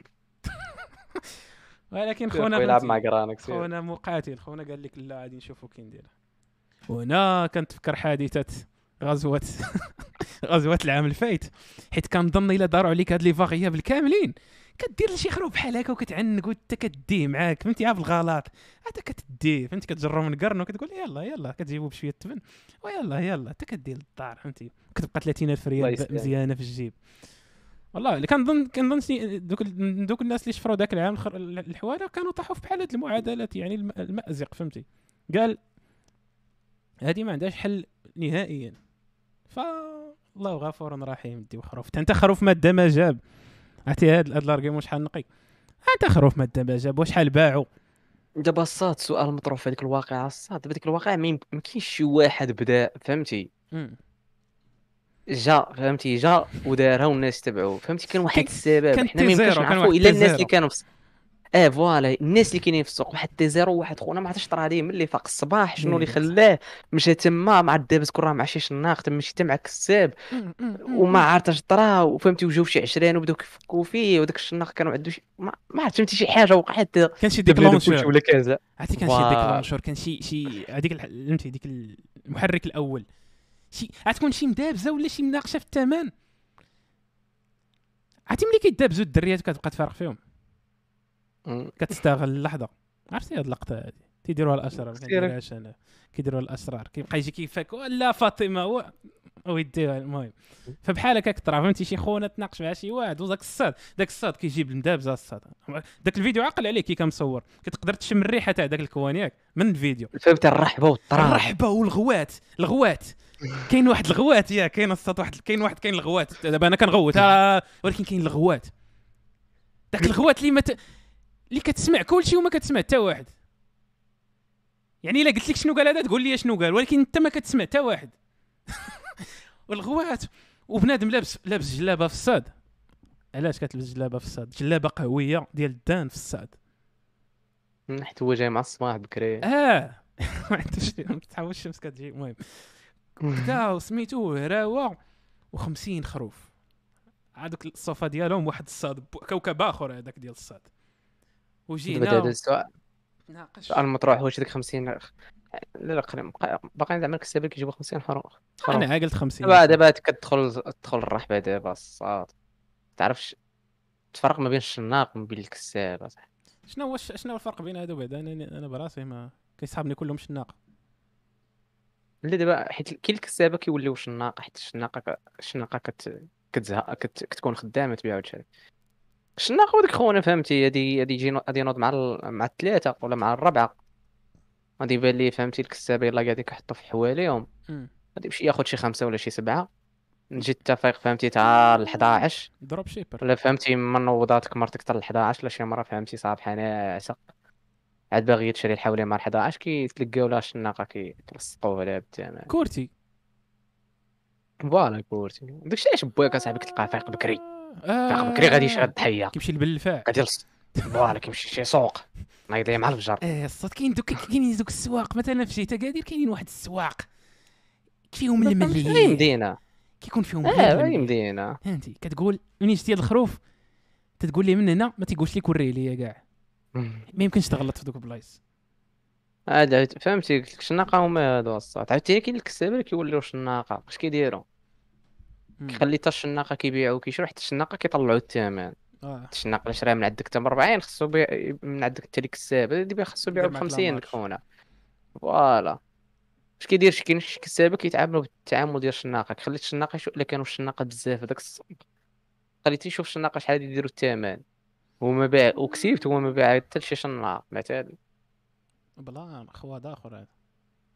ولكن خونا يلعب مع فهمتي قرانك سير. خونا مقاتل خونا قال لك لا غادي نشوفوا كي ندير. وهنا كنتفكر حادثه غزوه غزوه العام الفايت، حيت كنظن الا داروا عليك هاد لي فاغيا بالكاملين كدير شي خروب بحال هكا وكتعنق وانت كديه معاك فهمتي عا بالغلط هذا كتديه فهمتي كتجرو من قرن وكتقول يلا يلا كتجيبو بشويه التبن ويلا يلا حتى كدير للدار فهمتي كتبقى ثلاثين ألف الله ريال يستاهل. مزيانه في الجيب. والله اللي كنظن كنظن شي- دوك ال- دوك الناس اللي شفروا ذاك العام الخر- الحواله كانوا طاحوا في بحال هاد المعادلات يعني الم- المأزق فهمتي. قال هذه ما عندهاش حل نهائيا. ف الله غفور رحيم دي وخروف انت خروف ماده ما جاب. عرفتي هاد هاد الارغيومون شحال نقي انت خروف ماده ما جاب وشحال باعوا. دابا الصاد السؤال مطروح في هذيك الواقعه الصاد دابا ديك الواقعه ما يمك- ما كاينش شي واحد بدا فهمتي مم. جا فهمتي جا ودارها والناس تبعوه فهمتي كان واحد كان- السبب كان حنا ما يمكنش تي زيرو، كان نعرفوا واحد الا تي الناس زيرو. اللي كانوا في اه فوالا الناس اللي كاينين في السوق واحد تي زيرو واحد خونا ما عرفتش طرا عليه ملي فاق الصباح شنو اللي مية. خلاه مشى تما مع دابا تكون راه مع شي شناق تما مشي مع كساب مم. مم. مم. وما عرفت اش طرا وفهمتي وجاو شي عشرين وبداو كيفكوا فيه وداك الشناق كانوا عنده شي ما, ما عرفت فهمتي شي حاجه وقعت كان شي دابا بنادم كلشي ديكلونشور ولا كذا عرفتي كان شي فوالا. ديكلونشور كان شي شي هذيك الح- فهمتي ديك المحرك الاول شي غتكون شي مدابزه ولا شي مناقشه في الثمن. عرفتي ملي كيدابزوا الدريات وكتبقى تفارق فيهم مم. كتستغل اللحظه. عرفتي هاد اللقطه هادي تيديروها الاشرار ما سير. كنديرهاش انا كيديروها الاشرار كيبقى يجي كيفك لا فاطمه و... ويديها المهم. فبحال هكاك طرا فهمتي شي خونا تناقش مع شي واحد وداك الصاد داك الصاد كيجيب المدابزه الصاد. داك الفيديو عاقل عليه كي كان مصور كتقدر تشم الريحه تاع داك الكوان ياك من الفيديو. فهمتي الرحبه والطراب الرحبه والغوات الغوات كاين واحد الغوات يا كاين الصاد واحد كاين واحد كاين الغوات دابا انا كنغوت آه، ولكن كاين الغوات داك الغوات اللي مت... اللي كتسمع كلشي وما كتسمع حتى واحد. يعني الا قلت لك شنو قال هذا تقول لي شنو قال ولكن انت ما كتسمع حتى واحد. والغوات وبنادم لابس لابس جلابه في الصاد. علاش كتلبس جلابه في الصاد؟ جلابه قهويه ديال الدان في الصاد. حيت هو جاي مع الصباح بكري اه ما عندوش ما تحاول الشمس كتجي المهم كدا وسميتو هراوه و50 خروف. هذوك الصوفه ديالهم واحد الصاد كوكب اخر هذاك ديال الصاد. دابا هذا وجينا السؤال ناقش السؤال المطروح واش ديك خمسين لا لا قريب باقي زعما الكسابه كيجيبوا خمسين خروف انا قلت خمسين. دابا دابا كتدخل تدخل الرحبه دابا الصاد تعرفش تفرق ما بين الشناق وما بين الكساب صح. شنو هو شنو هو الفرق بين هادو بعدا؟ انا انا براسي ما كيصحابني كلهم شناق. اللي دابا حيت كاين الكسابه كيوليو شناقه حيت الشناقه ك- الشناقه كت كتزهق كت... كتكون خدامه تبيع وتشري. الشناقه وديك خونا فهمتي هادي هادي يجي غادي ينوض مع ال... مع الثلاثه ولا مع الربعه غادي يبان ليه فهمتي الكسابه يلاه قاعدين كيحطوا في حواليهم مم. غادي يمشي ياخذ شي خمسه ولا شي سبعه نجي التفيق فهمتي تاع ال حداعش دروب شيبر. ولا فهمتي من نوضاتك مرتك حتى ل حداعش ولا شي مره فهمتي صابحه ناعسه عاد باغي تشري الحولي مع حداعش كيتلقاو لها الشناقه كيتلصقوا لها بالثمن كورتي فوالا كورتي داكشي علاش بويا صاحبي كتلقاه فايق بكري آه. فايق بكري غادي يشغل الضحيه كيمشي لبالفاع. غادي يلصق فوالا كيمشي شي سوق نايض ليه مع الفجر اه الصوت كاين دوك كاينين دوك السواق مثلا في جهه اكادير كاينين واحد السواق فيهم هاي المليح مدينه كيكون فيهم اه غير هاي المليح. مدينه فهمتي كتقول منين جبتي هاد الخروف تتقول لي من هنا ما تيقولش لك وريه ليا كاع ما يمكنش تغلط في دوك البلايص. عاد فهمتي قلت لك الشناقه هما هادو الصات عاوتاني كاين الكسابه اللي كيوليو الشناقه اش كيديروا مم. كيخلي حتى الشناقه كيبيعوا كيشرو حتى الشناقه كيطلعوا الثمن اه الشناقه اللي شراها من عندك حتى ب أربعين خصو بيع من عندك حتى لي كساب هادي بيع خصو يبيعو ب يدير معاك خمسين لامارش. الكونه فوالا اش كيدير شي كاين شي كسابه كيتعاملوا بالتعامل ديال الشناقه كيخلي الشناقه يشوف الا كانوا الشناقه بزاف هذاك الص- خليتي يشوف الشناقه شحال يديروا الثمن وما باع وكسبت وما باع حتى لشي شناق مثلا بلا خواد اخر هذا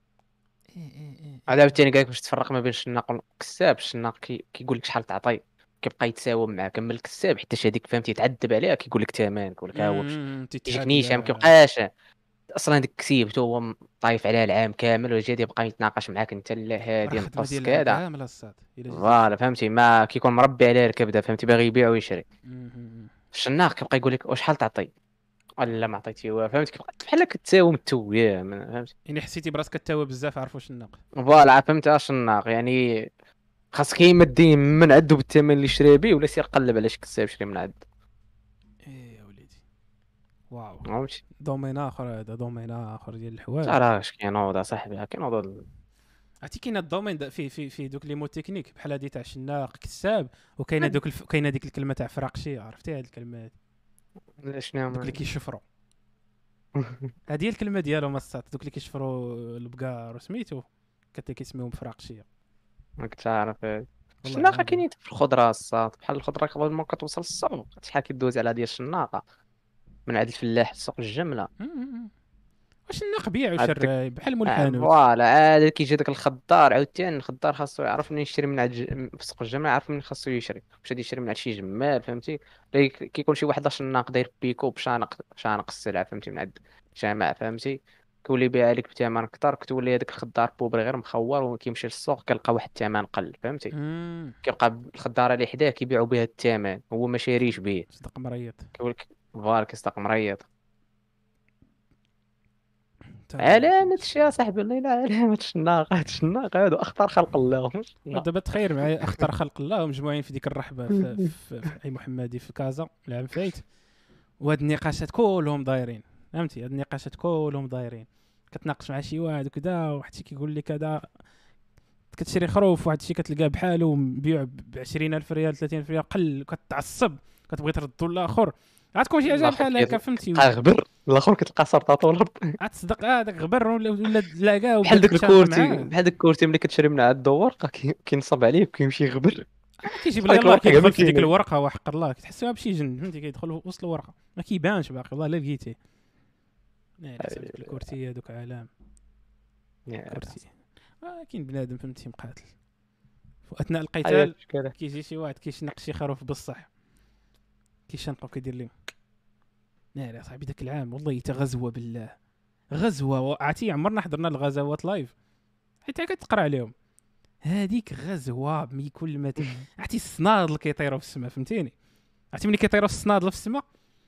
إيه إيه إيه هذا إيه. عاوتاني قال لك باش تفرق ما بين الشناق والكساب. الشناق كي كيقول لك شحال تعطي، كيبقى يتساوم معاك. اما الكساب حيت هذيك فهمتي يتعذب عليها، كيقول لك ثمن، كيقول لك ها هو باش أمم، يجيك تتحدى. نيشان، ما كيبقاش اصلا ديك كسيبته هو طايف عليها العام كامل، وجا يبقى يتناقش معاك انت لا راه هادي خدمه نقص ديال العام كذا. كامل الصاد الا جيتي فوالا تشوف. فهمتي، ما كيكون مربي عليه الكبده، فهمتي باغي يبيع ويشري. أمم. الشناق كيبقى يقول لك وشحال تعطي، ولا ما عطيتي هو، فهمتي كيبقى بحال كتساوم التويه، فهمتي. يعني حسيتي براسك كتاوى بزاف، عرفوا الشناق. فوالا فهمت اش الناق يعني. خاصك يا اما دين من عنده بالثمن اللي شري به، ولا سير قلب على شي كساب شري من عنده. ايه يا وليدي. واو. فهمتي. دومين اخر، هذا دومين اخر ديال الحوايج. راه اش كاين هذا صاحبي، كاين هذا. عرفتي كاين الدومين دا فيه فيه فيه دوك لي مو تكنيك بحال هادي تاع شناق كساب، وكاينه دوك الف... كاينه ديك الكلمه تاع فراقشي، عرفتي هاد الكلمه هادي؟ شنو دوك اللي كيشفروا، هادي هي الكلمه ديالهم الصات، دوك اللي كيشفروا البقار وسميتو كتلي كيسميوهم فراقشيه. ما كنتش عارف. والله الشناقه العظيم. كاينين في الخضره الصاط، بحال الخضره قبل ما كتوصل للسوق شحال كيدوز على ديال الشناقه من عند الفلاح لسوق الجمله. م- م- م. واش الناق بيع هذاك وشراي بحال مول آه، الحانوت. فوالا عاد كيجي داك الخضار عاوتاني. الخضار خاصو يعرف منين يشري من عند ج- في سوق الجمله، يعرف منين خاصو يشري. واش غادي يشري من عند شي جمال، فهمتي. لا يك- كيكون شي واحد شناق داير بيكو بشانق شانق السلعه، فهمتي، من عند جماعه، فهمتي. كيولي يبيع لك بثمن كثر، كتولي هذاك الخضار بوبري غير مخور، وكيمشي للسوق كيلقى واحد الثمن قل، فهمتي. امم. كيبقى الخضاره اللي حداه كيبيعوا بها الثمن، هو ما شاريش به. صدق مريض. كيقول لك فوالا كيصدق مريض. تا علامة الشيء يا صاحبي، والله لا علامة الشناق. هاد الشناق هادو أخطر خلق الله. ودابا تخيل معايا اخطر خلق الله مجموعين في ديك الرحبه في, في, في حي محمدي في كازا العام فايت، وهاد النقاشات كلهم دايرين، فهمتي. هاد النقاشات كلهم دايرين، كتناقش مع شي واحد وكذا، واحد شي كيقول لك كذا، كتشري خروف، واحد الشيء كتلقاه بحاله مبيوع ب عشرين ألف ريال ثلاثين ألف ريال قل، كتعصب كتبغي تردو الاخر. عتكون شي حاجه الآخر بحال هكا، فهمتي. كيتلقى غبر، الآخر كتلقى سرطاطو الأرض. عتصدق هذاك غبر ولا ولا تلاقاه بحال وبدا داك كيتشاقى الكورتي، معاه. بحال داك الكورتي ملي كتشري من عند ورقة كي- كينصب عليه وكيمشي يغبر. كيجيب بحال لي ديك الله الورقة كاع ما كيدخل في ديك كاينة. الورقه وحق الله كتحسها بشي جن، فهمتي. كيدخل وسط الورقه ما كيبانش باقي، والله لا لقيتيه. لا على حسب ديك الكورتيه دوك عالم يا كورتي. آه كاين بنادم فهمتي مقاتل واثناء أيوة، القتال، مشكلة. كيجي شي واحد كيشنق شي خروف بصح، كيشنقو كيدير لهم. لا يا صاحبي داك العام والله حتى غزوه بالله، غزوه. عرفتي عمرنا حضرنا الغزوات لايف حتى كتقرا عليهم، هذيك غزوه مي كل ما ت- عرفتي الصنادل كيطيروا في السماء، فهمتيني. عرفتي ملي كيطيروا الصنادل في السماء،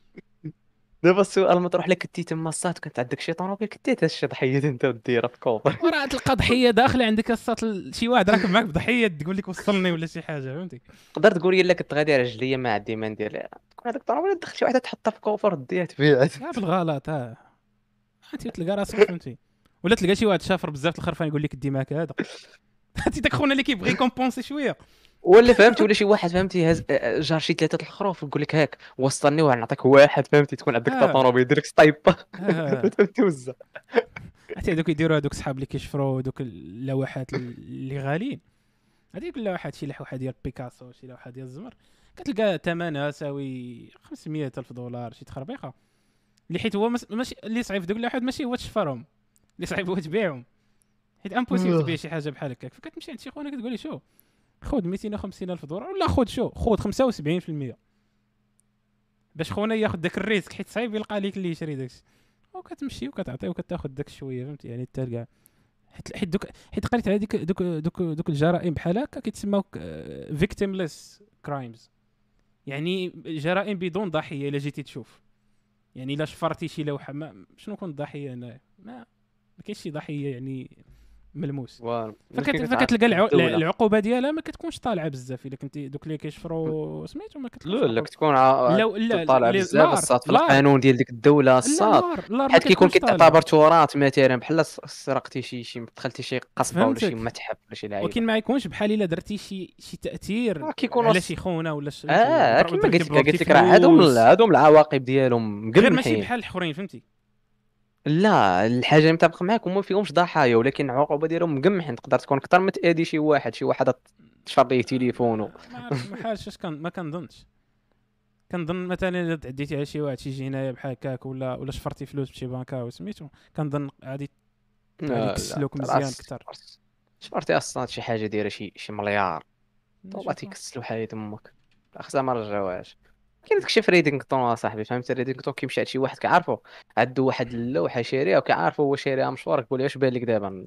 دابا السؤال ما تروح لك كنتي تما الصاد، كانت عندك شي طوموبيل كنتي هادشي ضحية انت وديرها في كوبر. وراه تلقى ضحيه داخله عندك الصات ال- شي واحد راكب معاك بضحيه تقول لك وصلني ولا شي حاجه، فهمتي. تقدر تقول يلا كنت غادي على رجليا ما عندي ما ندير، تكون هذاك الطوموبيل دخل شي وحده تحطها في كوفر ديها تبيعت. يا بالغلط ها، انت تلقى راسك فهمتي. ولا تلقى شي واحد شافر بزاف الخرفان يقول لك دي معاك هذا. انت داك خونا اللي كيبغي يكومبونسي شويه. ولا فهمتي، ولا شي واحد فهمتي هز... جار شي ثلاثه الخروف يقول لك هاك وصلني ونعطيك واحد، فهمتي، تكون عندك اه طوموبيل يدير لك ستايبا. اه توزع. حتى هذوك يديروا هذوك صحاب اللي كيشفروا دوك اللوحات اللي غاليين، هذيك اللوحات شي لوحه ديال بيكاسو، شي لوحه ديال الزمر، كتلقى ثمنها ساوي خمسمية ألف دولار، شي تخربيقه. اللي حيت هو مس- ماشي اللي صعيب دوك اللوحات، ماشي هو تشفرهم، اللي صعيب هو تبيعهم، حيت امبوسيبل تبيع شي حاجه بحال هكاك. فكتمشي عند شي خونا كتقول لي شو خذ مئتين وخمسين ألف دولار، ولا خذ شو خذ خمسة وسبعين بالمية باش خونا ياخذ داك الريسك، حيت صعيب يلقى ليك اللي يشري داكشي. وكتمشي وكتعطيه وكتاخذ داك الشويه، فهمتي يعني تلقى. حيت حيت دوك حيت قريت على ديك دوك دوك دوك الجرائم بحال هكا كيتسموا فيكتيمليس كرايمز، يعني جرائم بدون ضحيه. الا جيتي تشوف يعني الا شفرتي شي لوحه، ما شنو كون الضحيه هنا؟ ما ما كاينش شي ضحيه يعني ملموس. فكت فكتلقى الع... العقوبه ديالها ما كتكونش طالعه بزاف. الا كنتي دوك اللي كيشفروا سميتو ما كتلقاش لا لا كتكون ع- لو لا طالع لي- بزاف لار الصاد في لار القانون ديال ديك الدوله لا الصاد. لار لار ما حيت كيكون كتكونش طالعه، كيتعتبر تراث مثلا، بحال س- سرقتي شي شي دخلتي شي قصبه ولا شي فهمتك. متحف ولا شي لعيبه. ولكن ما يكونش بحال الا درتي شي شي تاثير آه، كيكون على وص- شي خونا ولا شي اه ضرب- كيما ضرب- قلت لك ضربتي قلت لك راه هادو فلوس. هادو العواقب ديالهم غير ماشي مقمحين. بحال الاخرين، فهمتي. لا الحاجه اللي متفق معاك هما فيهمش ضحايا، ولكن العقوبه ديالهم مقمحين. تقدر تكون اكثر من تادي شي واحد شي واحد تشفر ليه تليفونه. ما عرفتش ما حالش اش كان، ما كنظنش. كنظن مثلا الا تعديتي على شي واحد شي جنايه بحال هكاك، ولا ولا شفرتي فلوس بشي بنكه وسميتو، كنظن غادي غادي لا لا يكسلوك راه مزيان اكثر. شفرتي اصلا شي حاجه دايره شي شي مليار طوبا نشوفو. تيكسلو حياة امك اخزا ما رجعوهاش. كاين داكشي في ريدينغتون اصاحبي فهمت ريدينغتون كيمشي عند شي واحد كيعرفو عنده واحد اللوحه شاريها وكيعرفو هو شاريها مشوار كيقول له اش بان لك دابا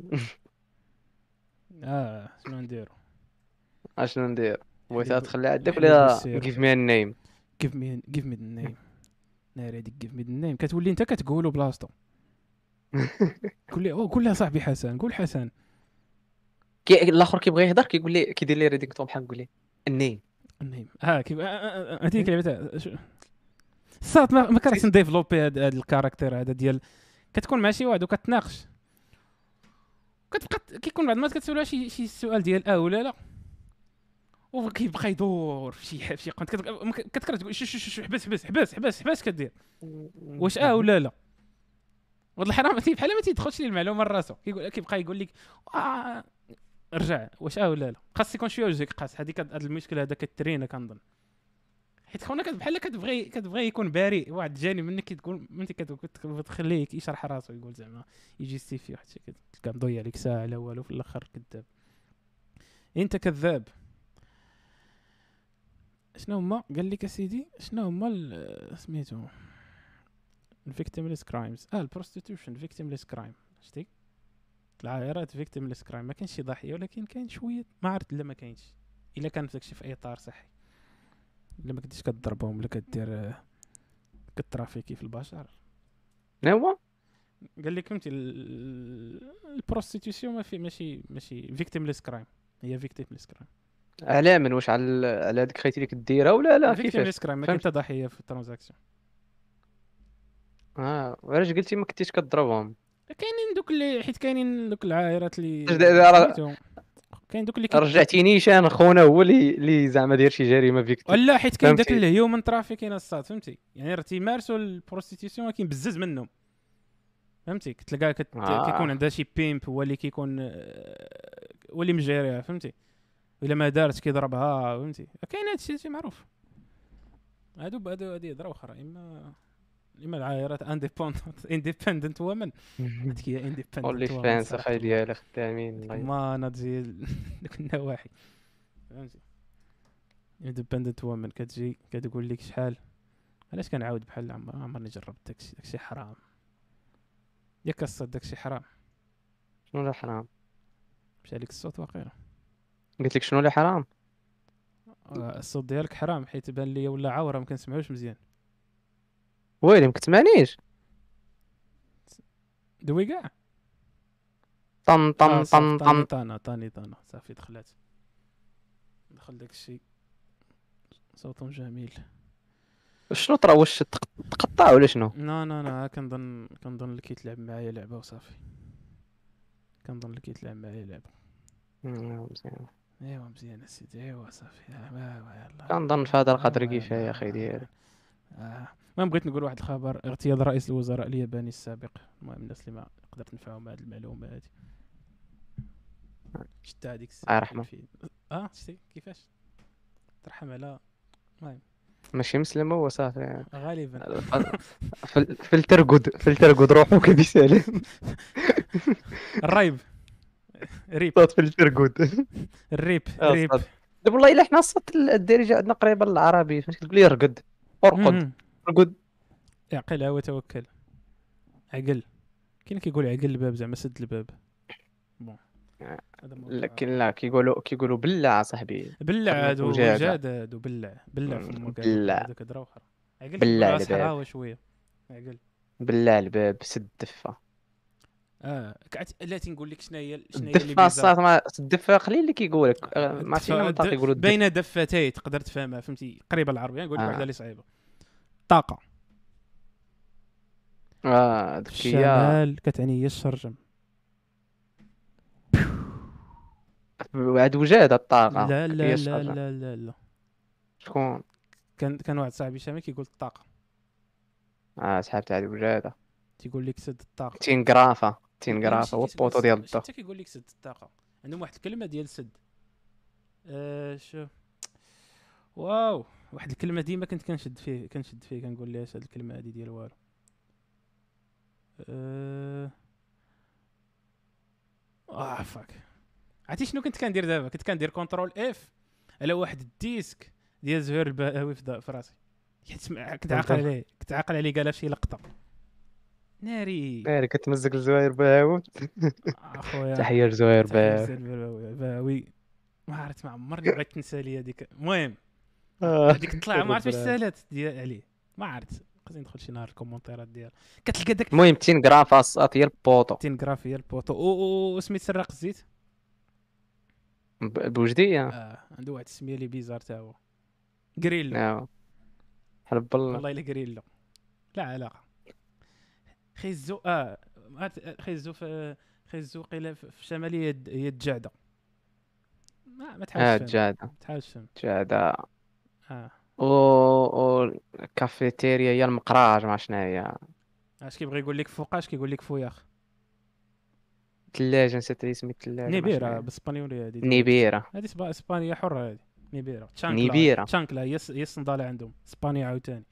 اه شنو نديرو؟ اشنو ندير بغيتها حليبو تخليها عندك حليبو ولا السير. give me a name. give me give me the name. ناري هذيك give me the name كتولي انت كتقولو بلاصتو. قول لي او قول لها صاحبي حسن، قول حسن. كي الاخر كيبغي يهضر كيقول لي كيدير لي ريدينغتون بحال كيقول لي النيم. النيم اه كيف آه، آه، آه، هذيك لعبتها شو- صات ما, ما كرهتش نديفلوبي هذا الكاركتير هذا ديال كتكون مع شي واحد وكتناقش كتبقى كيكون بعض المرات كتسولها شي شي سؤال ديال اه ولا لا وكيبقى يدور في شي في شي قنت كتكره تقول شو شو شو حبس حبس حبس حبس حبس كدير واش اه ولا لا. ولد الحرام تي بحال ما تيدخلش ليه المعلومه لراسو كيقول كيبقى يقول لك آه رجع واش اه ولا لا. خاص يكون شويه وجهك قاس هذيك هذا المشكل هذا كترينا كنظن حيت خونا بحال كتبغي كتبغي يكون باري واحد جاني منك كتقول انت كتخليه يشرح راسو يقول زعما يجيستيفي واحد الشيء تلقى مضيع عليك ساعه على والو في الاخر كذاب. انت كذاب. شنو هما قال لك اسيدي شنو هما ال- سميتو الفيكتيمليس كرايمز اه البروستيتيوشن فيكتيمليس كرايم شتي العائرات فيكتيمليس كرايم. ما كاينش شي ضحيه ولكن كاين شويه ما عرفت لا ما كاينش الا كان داكشي في اطار صحي الا ما كنتيش كضربهم ولا كدير آه، كترافيكي في البشر. شنو هو قال لك فهمتي البروستيتيوشن ما في ماشي ماشي فيكتيمليس كرايم هي فيكتيمليس كرايم. على من واش على على هذيك خيتي اللي كديرها ولا لا كيفاش فيكتيمليس كرايم ما كاين فهمت. حتى ضحيه في الترانزاكسيون. اه وعلاش قلتي ما كنتيش كضربهم كاينين دوك اللي حيت كاينين دوك العائرات اللي رجع- سميتو كاين دوك اللي كي رجعتيني شان خونا هو اللي اللي زعما داير شي جريمه فيك ولا حيت كاين داك فهمتي. الهيومن ترافيكين الصاد فهمتي يعني راه تيمارسوا البروستيتيوشن كاين بزاف منهم فهمتي كتلقى كت... كيكون اه عندها شي بيمب هو اللي كيكون آه، هو اللي مجاريها فهمتي الا ما دارت كيضربها فهمتي كاين هادشي شي معروف. هادو هادو هادي هضره اخرى اما اما العائرات انديبندنت انديبندنت وومن هذيك هي اونلي انديبندنت وومن فانس صراحه اخاي الله ديالي خدامين الله يرحمه. ما نتجي دوك النواحي فهمتي انديبندنت وومن كتجي كتقول لك شحال علاش كنعاود بحال عمر عمرني جربت داكشي داكشي حرام ياك الصوت داكشي حرام شنو اللي حرام مشى لك الصوت واقيلا قلت لك شنو اللي حرام آه، الصوت ديالك حرام حيت بان لي ولا عاوره ما كنسمعوش مزيان ويلي ما كتسمعنيش دوي كاع طن اه طن صافي طن طاني طن. طانا طاني طانا صافي دخلت دخل داك الشيء صوت جميل. شنو طرا واش تق- تقطع ولا شنو لا لا لا كنظن كنظن اللي كيتلعب معايا لعبه وصافي كنظن اللي كيتلعب معايا لعبه. مم، مزيان. ايوا مزيان اسيدي ايوا صافي آه، ما يلا كنظن في هذا القدر أيوا كفايه يلا اخي ديالي. آه. المهم بغيت نقول واحد الخبر اغتيال رئيس الوزراء الياباني السابق. المهم الناس اللي ما قدرت نفعهم بهذه المعلومه هذه شتا هذيك الله يرحمه. الفيلم اه شتي كيفاش ترحم على ماشي مسلم هو صافي غالبا فل- فلترقد فلترقد روحو كبسالم الريب ريب صوت فلترقد الريب آه، ريب صاد. دابا والله الا حنا الصوت الدارجه عندنا قريبه للعربي فاش كتقول لي رقد ارقد مهم. رقد اعقلها وتوكل عقل كاين كيقول عقل الباب زعما سد الباب بون هذا موضوع لكن آخر. لا كيقولوا كيقولوا بلع صاحبي بلع خدمة هادو وجاده جاد هادو بلع بلع مم، فمك هادوك بلع هذاك هضره اخرى عقل بلع كيقولوا الباب صحراوي شويه عقل بلع الباب سد الدفه اه كعت... لا تنقول لك شنو هي شنو هي اللي الدفه بيزار الصاط ما الدفه قليل اللي كيقول لك آه، ما عرفتش الدفة شنو منطق الد... يقولوا الدفه بين دفتي تقدر تفهمها فهمتي قريبه للعربيه نقول لك واحده اه اللي صعيبه طاقه اه في دوك هي الشمال كتعني هي الشرجم. وعد وجاده الطاقه لا هي لا لا الشجره لا لا لا شكون كان كان واحد صاحبي شامي كيقول الطاقه اه سحبت على وجاده تيقول لك سد الطاقه. تينغرافا لا تينغرافا ماشي هو كتقول البوطو سد ديال ماشي الضو حتى كيقول لك سد الطاقه عندهم واحد الكلمه ديال سد آه شو واو واحد الكلمه ديما كنت كنشد فيه كنشد فيه كنقول ليش هاد الكلمه هادي ديال والو. أه... اه فاك. عرفتي شنو كنت كندير دابا؟ كنت كندير كونترول اف على واحد الديسك ديال زهير البهاوي في في راسي، حيت سمع- كنت عاقل عليه، كنت عاقل عليه قالها شي لقطه ناري. ناري كتمزق الزواير باهوت. اخويا تحية لزواير تحيه باهوت. لزهير البهاوي، ما عرفت، ما عمرني بغيت تنسى لي هذيك. المهم آه، هذيك الطلعه ما عرفت واش الربران. سالات ديال عليه، ما عرفت. خصني ندخل شي نهار الكومونتيرات ديال، كتلقى داك المهم تين غراف اصاط هي البوطو تينغرافي ديال البوطو و سميت سراق الزيت. ب- بوجدية. اه عنده واحد السميه اللي بيزار تا هو، غريلو. نعم. حلب الله. والله الا غريلو، لا علاقه. خيزو اه عرفت- خيزو في خيزو قيله في في شماليه د- هي الجعده. ما ما تحاولش اه تفهم، جادة. ما تحاولش تفهم. جادة. اه و و الكافيتيريا هي المقراج ما شنو هي. اش كيبغي يقول لك فوقاش كيقول لك فوياخ. الثلاجة نسيت اسم الثلاجة ما شنو نيبيرا هي. بالاسبانيوليه هذه ديالك، نيبيرا. هذه سبا- اسبانيا حره هذه. نيبيرا تشانكلا، نيبيرا. تشانكلا هي الس- هي الصنداله عندهم اسبانيا عاوتاني.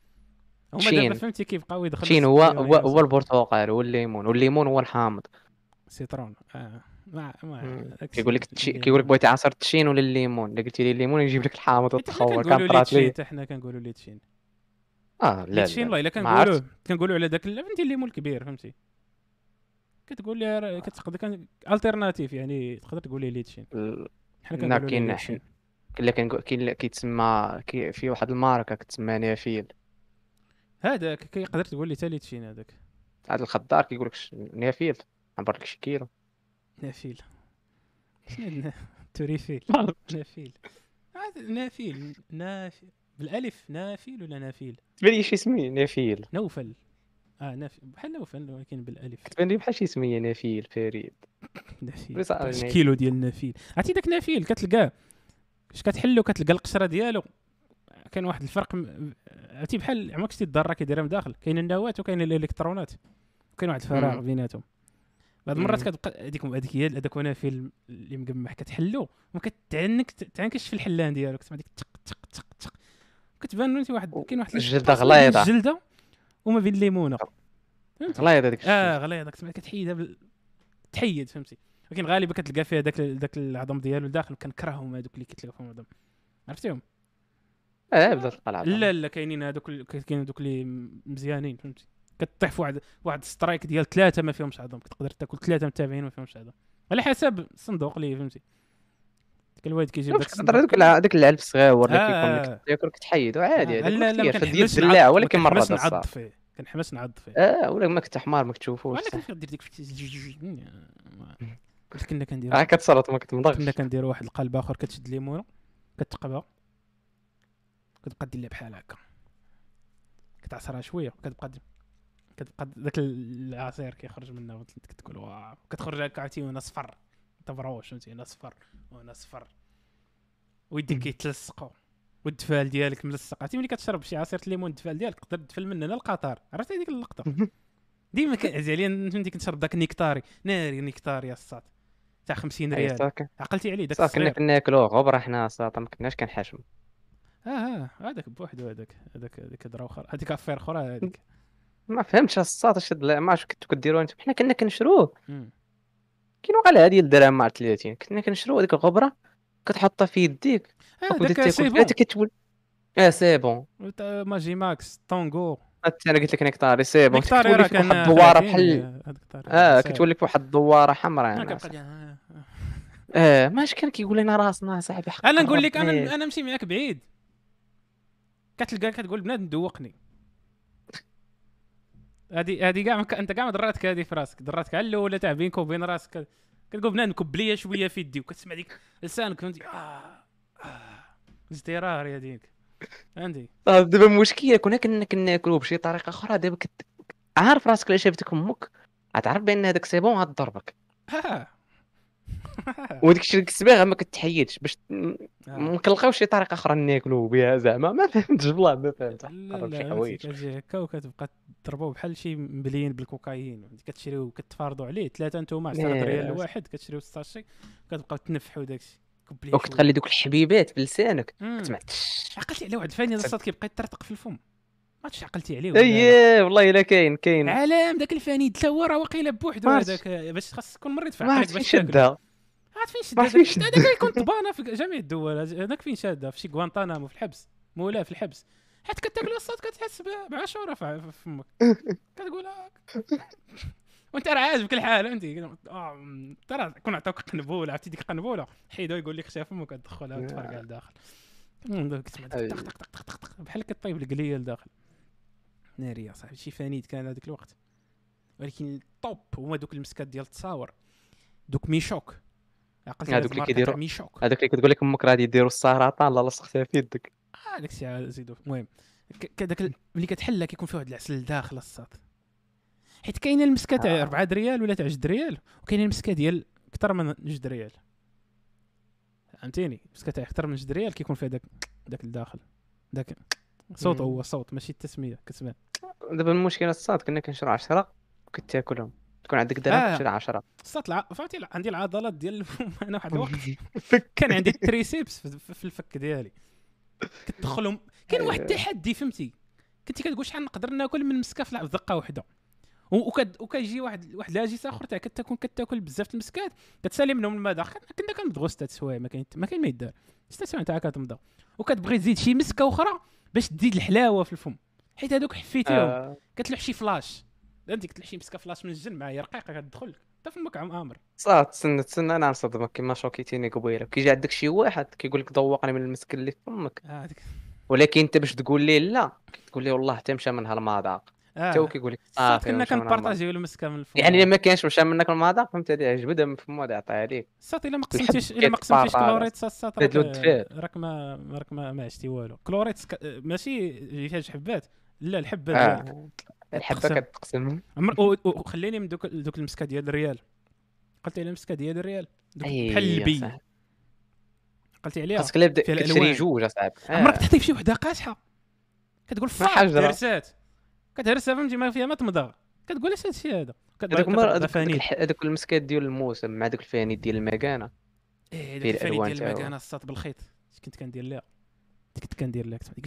هما دابا تشين. فهمتي كيبقاو يدخلوا تشين هو هو السبيونيه هو وصافي. البرتقال والليمون والليمون هو الحامض. سيترون اه ما ما مم. داكشي كيقول لك تشي... كيقول لك الليمون. بغيتي عصير التشين ولا الليمون، الا قلتي لي الليمون يجيب لك الحامض حيت حنا وتخور كنقولوا كان لي طرات تشين، لي. حتى حنا كنقولوا لي تشين. اه لي لا تشين لا والله لا الا ما كنقولوه، عرفت. كنقولوا على داك ال- فهمتي الليمون الكبير فهمتي. كتقول لي راه- كتقدر كان التيرناتيف يعني، تقدر تقول لي لي تشين، ال- حنا لا كنقولوا لي لي كاين تشين. حن- كاين اللي كنقول كاين اللي كيتسمى كي... في واحد الماركه كتسمى نافيل. هذاك كيقدر تقول لي حتى لي تشين هذاك. هذا الخضار كيقول لك ش- نافيل عبر لك شي كيلو. نافيل شنو هاد نا- توريفيل نافيل. عاد نافيل نافيل بالالف، نافيل ولا نافيل؟ تبان لي شي سميه نافيل. نوفل. اه نافيل بحال نوفل ولكن بالالف. كتبان لي بحال شي سميه نافيل فريد. نافيل بس على اش نافيل. كيلو ديال النافيل. عرفتي داك نافيل كتلقاه اش كتحلو كتلقى القشره ديالو كاين واحد الفرق م- عرفتي بحال عمرك شتي الذره كيديرها من داخل، كاين النواه وكاين الالكترونات، كاين واحد الفراغ مم. بيناتهم. بعض المرات مم. كتبقى هذيك هذيك هي هذاك نافيل اللي مقمح كتحلو وما كتعنك تعنكش في الحلان ديالو، كتسمع ديك تق تق تق تق، كتبان انت واحد كاين واحد الجلدة الاسباس ما بين غليظة. الجلده وما بين الليمونه فهمتي. غليظة داك اه الشيء. غليظ، كتسمع كتحيدها بال... تحيد فهمتي. ولكن غالبا كتلقى فيها داك داك العظم ديالو لداخل، كنكرههم هذوك اللي كيتلقاو فيهم العظم، عرفتيهم. اه بدات تلقى العظام. لا لا كاينين هذوك ال- كاينين هذوك اللي مزيانين فهمتي، كطيح في واحد واحد السترايك ديال ثلاثه ما فيهمش عظم، كتقدر تاكل ثلاثه متابعين ما فيهمش عظم على حسب الصندوق اللي فهمتي. ديك الوالد كيجيب داك واش كتهضر الصندوق. هذوك الع- هذاك العلف الصغيور اللي كيكون لك اه تاكل كتحيدو عادي، اه هذاك ما لا لا ما كثيرش ديال كنحمسش الدلاع نعض، ما ولكن مره كنحمس دا نعض الصاد. فيه، كنحمس نعض فيه. اه ولا ما كنت حمار ما كتشوفوش وانا صح. كنت كندير ديك قلت كنا كنديرو راه كتصرط ما كنا كتمضغش. كنديرو واحد القلب اخر، كتشد ليمونه كتقبها كتبقى دير لها بحال هكا، كتعصرها شويه كتبقى د- كتبقى داك العصير كيخرج منها وانت كتقول واو، كتخرج هكا عرفتي وانا صفر، انت مروش فهمتي، انا صفر وانا صفر ويديك كيتلصقوا والدفال ديالك ملصق. عرفتي ملي كتشرب شي عصير الليمون الدفال ديالك تقدر تدفل منه للقطار، عرفتي هذيك اللقطه. ديما كنعز عليا فهمتي كنشرب داك النيكتاري، ناري نيكتاري يا الصاد تاع خمسين اي ريال، صافي. عقلتي عليه داك صافي كنا الصغير. كناكلوه غبره حنا صافي ما كناش كنحاشم. اه اه هذاك بوحدو، هذاك هذاك هذيك درا اخرى، هذيك افير اخرى هذيك. ما فهمتش الصاط اش هاد ما عرفتش كنتو كديروها انتم، حنا كنا كنشروه مم. كاين وقع ديال الدرهم مع ثلاثين، كنا كنشروه هذيك الغبره كتحطها في يديك وبدات هذاك تاكل سي فيها بون. حتى كتولي. اه سي بون. وتا- ماجي ماكس طونغو حتى انا قلت لك نكتاري سي بون نكتاري كتولي راه فيك واحد كان الدواره ثلاثين. بحال. هذاك الطاري اه ساهل. كتولي فيك واحد الدواره حمراء انا انا كنبقى ديال- آه، آه. اه ماش كان كيقول لنا راسنا صاحبي حق انا نقول لك ربي. انا انا نمشي معاك بعيد كتلقى كتقول بنادم دوقني. هذه هذه كاع مك- انت كاع ما دراتك هذه في راسك، دراتك على الاولى تاع بينك وبين راسك، كتقول بنادم كب ليا شويه في يدي وكتسمع ديك لسانك فهمتي اه اه ازدرار هذيك عندي. آه، دابا المشكله كنا كنا كناكلوه بشي طريقه اخرى دابا كت... عارف راسك لا شافتك امك غتعرف بان هذاك سي بون غضربك، اه وديك الشيء السباغه ما كتحيدش باش م- آه. ما كنلقاوش شي طريقه اخرى ناكلوه بها زعما ما فهمتش والله ما فهمت لا قرب شي لا حوايج. كتجي هكا وكتبقى تضربوا بحال شي مبليين بالكوكايين، كتشريو كتفارضوا عليه ثلاثه نتوما عشرة ريال ناس. الواحد، كتشريو ستاشي كتبقاو تنفحوا داكشي كوبلي وكتخلي دوك الحبيبات بلسانك شويه. كتسمع. عقلتي على واحد الفاني الصاد كيبقى يطرطق في الفم ما عرفتش عقلتي عليه ولا لا. اييه والله الا كاين كاين عالم داك الفنيد حتى هو راه واقيلا بوحدو ما هذاك، باش خاص تكون مريض في ما عقلك عرفت فين باش تاكل. شدها عاد فين شد ما عرفت هذاك فين هذاك شدها يكون طبانه في جميع الدول، هذاك فين شاده في شي غوانتانامو في الحبس، مولاه في الحبس، حيت كتاكل الصاد كتحس ب- بعشوره في في فمك، كتقول هاك وانت راه عاجبك الحال فهمتي. اه م- ترى كون عطاوك قنبوله، عرفتي ديك قنبوله حيدو يقول لك خشى فمك تدخلها وتفرقع لداخل، م، كتسمع ديك طق طق طق طق طق بحال كطيب القليه لداخل. ناري يا صاحبي شي فنيد كان هذاك الوقت. ولكن الطوب هما دوك المسكات ديال التصاور، دوك ميشوك، عقلتي هذوك هذيك اللي ماركه كيديروا تاع ميشوك. هذوك اللي كتقول لك امك راه غادي يديروا السرطان لا لصقتها في يدك. اه داك الشيء عاد زيدو. المهم ك- كداك ال- ملي كتحلها كيكون فيه واحد العسل لداخل الصاد، حيت كاينه المسكه تاع آه. أربعة ريال ولا تاع جوج ريال، وكاينه المسكه ديال اكثر من جوج ريال، فهمتيني. المسكه تاع اكثر من جوج ريال كيكون فيها داك داك الداخل، داك صوت، مم. هو صوت ماشي التسميه كتسمع. دابا المشكله الصاد كنا كنشرو عشرة وكنت تاكلهم، تكون عندك درهم اه تشري عشرة. الصوت الع... فهمتي الع- عندي العضلات ديال الفم انا واحد الوقت فك كان عندي التريسيبس في في- في الفك ديالي كتدخلهم. كاين واحد التحدي فهمتي، كنتي كتقول شحال نقدر ناكل من مسكه في دقه واحده، و- وكد وكيجي واحد واحد لاجيس اخر تاع كتكون كتاكل بزاف المسكات كتسالي منهم المذاق. كنا كنبغوا ستة سوايع ما كاين ما كاين ما يدار، ستة سوايع تاع كتمضى، وكتبغي تزيد شي مسكه اخرى باش تزيد الحلاوه في الفم، حيت هذوك حفيتيهم. آه. كتلوح شي فلاش، فهمتي كتلوح شي مسكه فلاش من الجن معايا رقيقه كتدخل حتى فمك عم امر. صاد تسنى تسنى انا نصدمك كيما شوكيتيني قبيله، كيجي عندك شي واحد كيقول لك ذوقني من المسك اللي في فمك، اه هذيك ولكن انت باش تقول ليه لا كتقول ليه والله حتى مشى منها المذاق، حتى هو اه كيقول لك الصاد صافي كنا مشى منها المذاق. كنبارطاجيو المسكه من الفم. يعني الا ما كانش مشى منك المذاق فهمت هذه عجبدها من فمو غادي يعطيها عليك. الصاد الا ما الحب قسمتيش الا ما قسمتيش كيتبارطاج كلوريت الصاد زاد له راك الدفاء. راك ما راك ما, ما عشتي والو. كلوريت ك... ماشي فيها جوج حبات، لا الحبه ديالك اه الحبه كتقسم. كتقسم. عمر و- و- وخليني من دوك دوك المسكه ديال الريال، قلت لي المسكه ديال الريال دوك بحال اي البي قلتي عليها خاصك لا بدا فيها كتشري الالوان. جوج اصاحبي. عمرك اه تحطي في شي وحده قاصحه كتقول ما فاك حاجره هرسات، كتهرسها فهمتي ما فيها ما تمضغ، كتقول اش هادشي هذا هذوك مر كتبغى هذوك فانيد. هذوك هذوك المسكات ديال الموسم مع دوك الفاني ديال المكانه ايه فيه داك الفانيد الالوان ديال تاعو. المكانه الساط بالخيط كنت كندير لها، كنت كندير لها كنت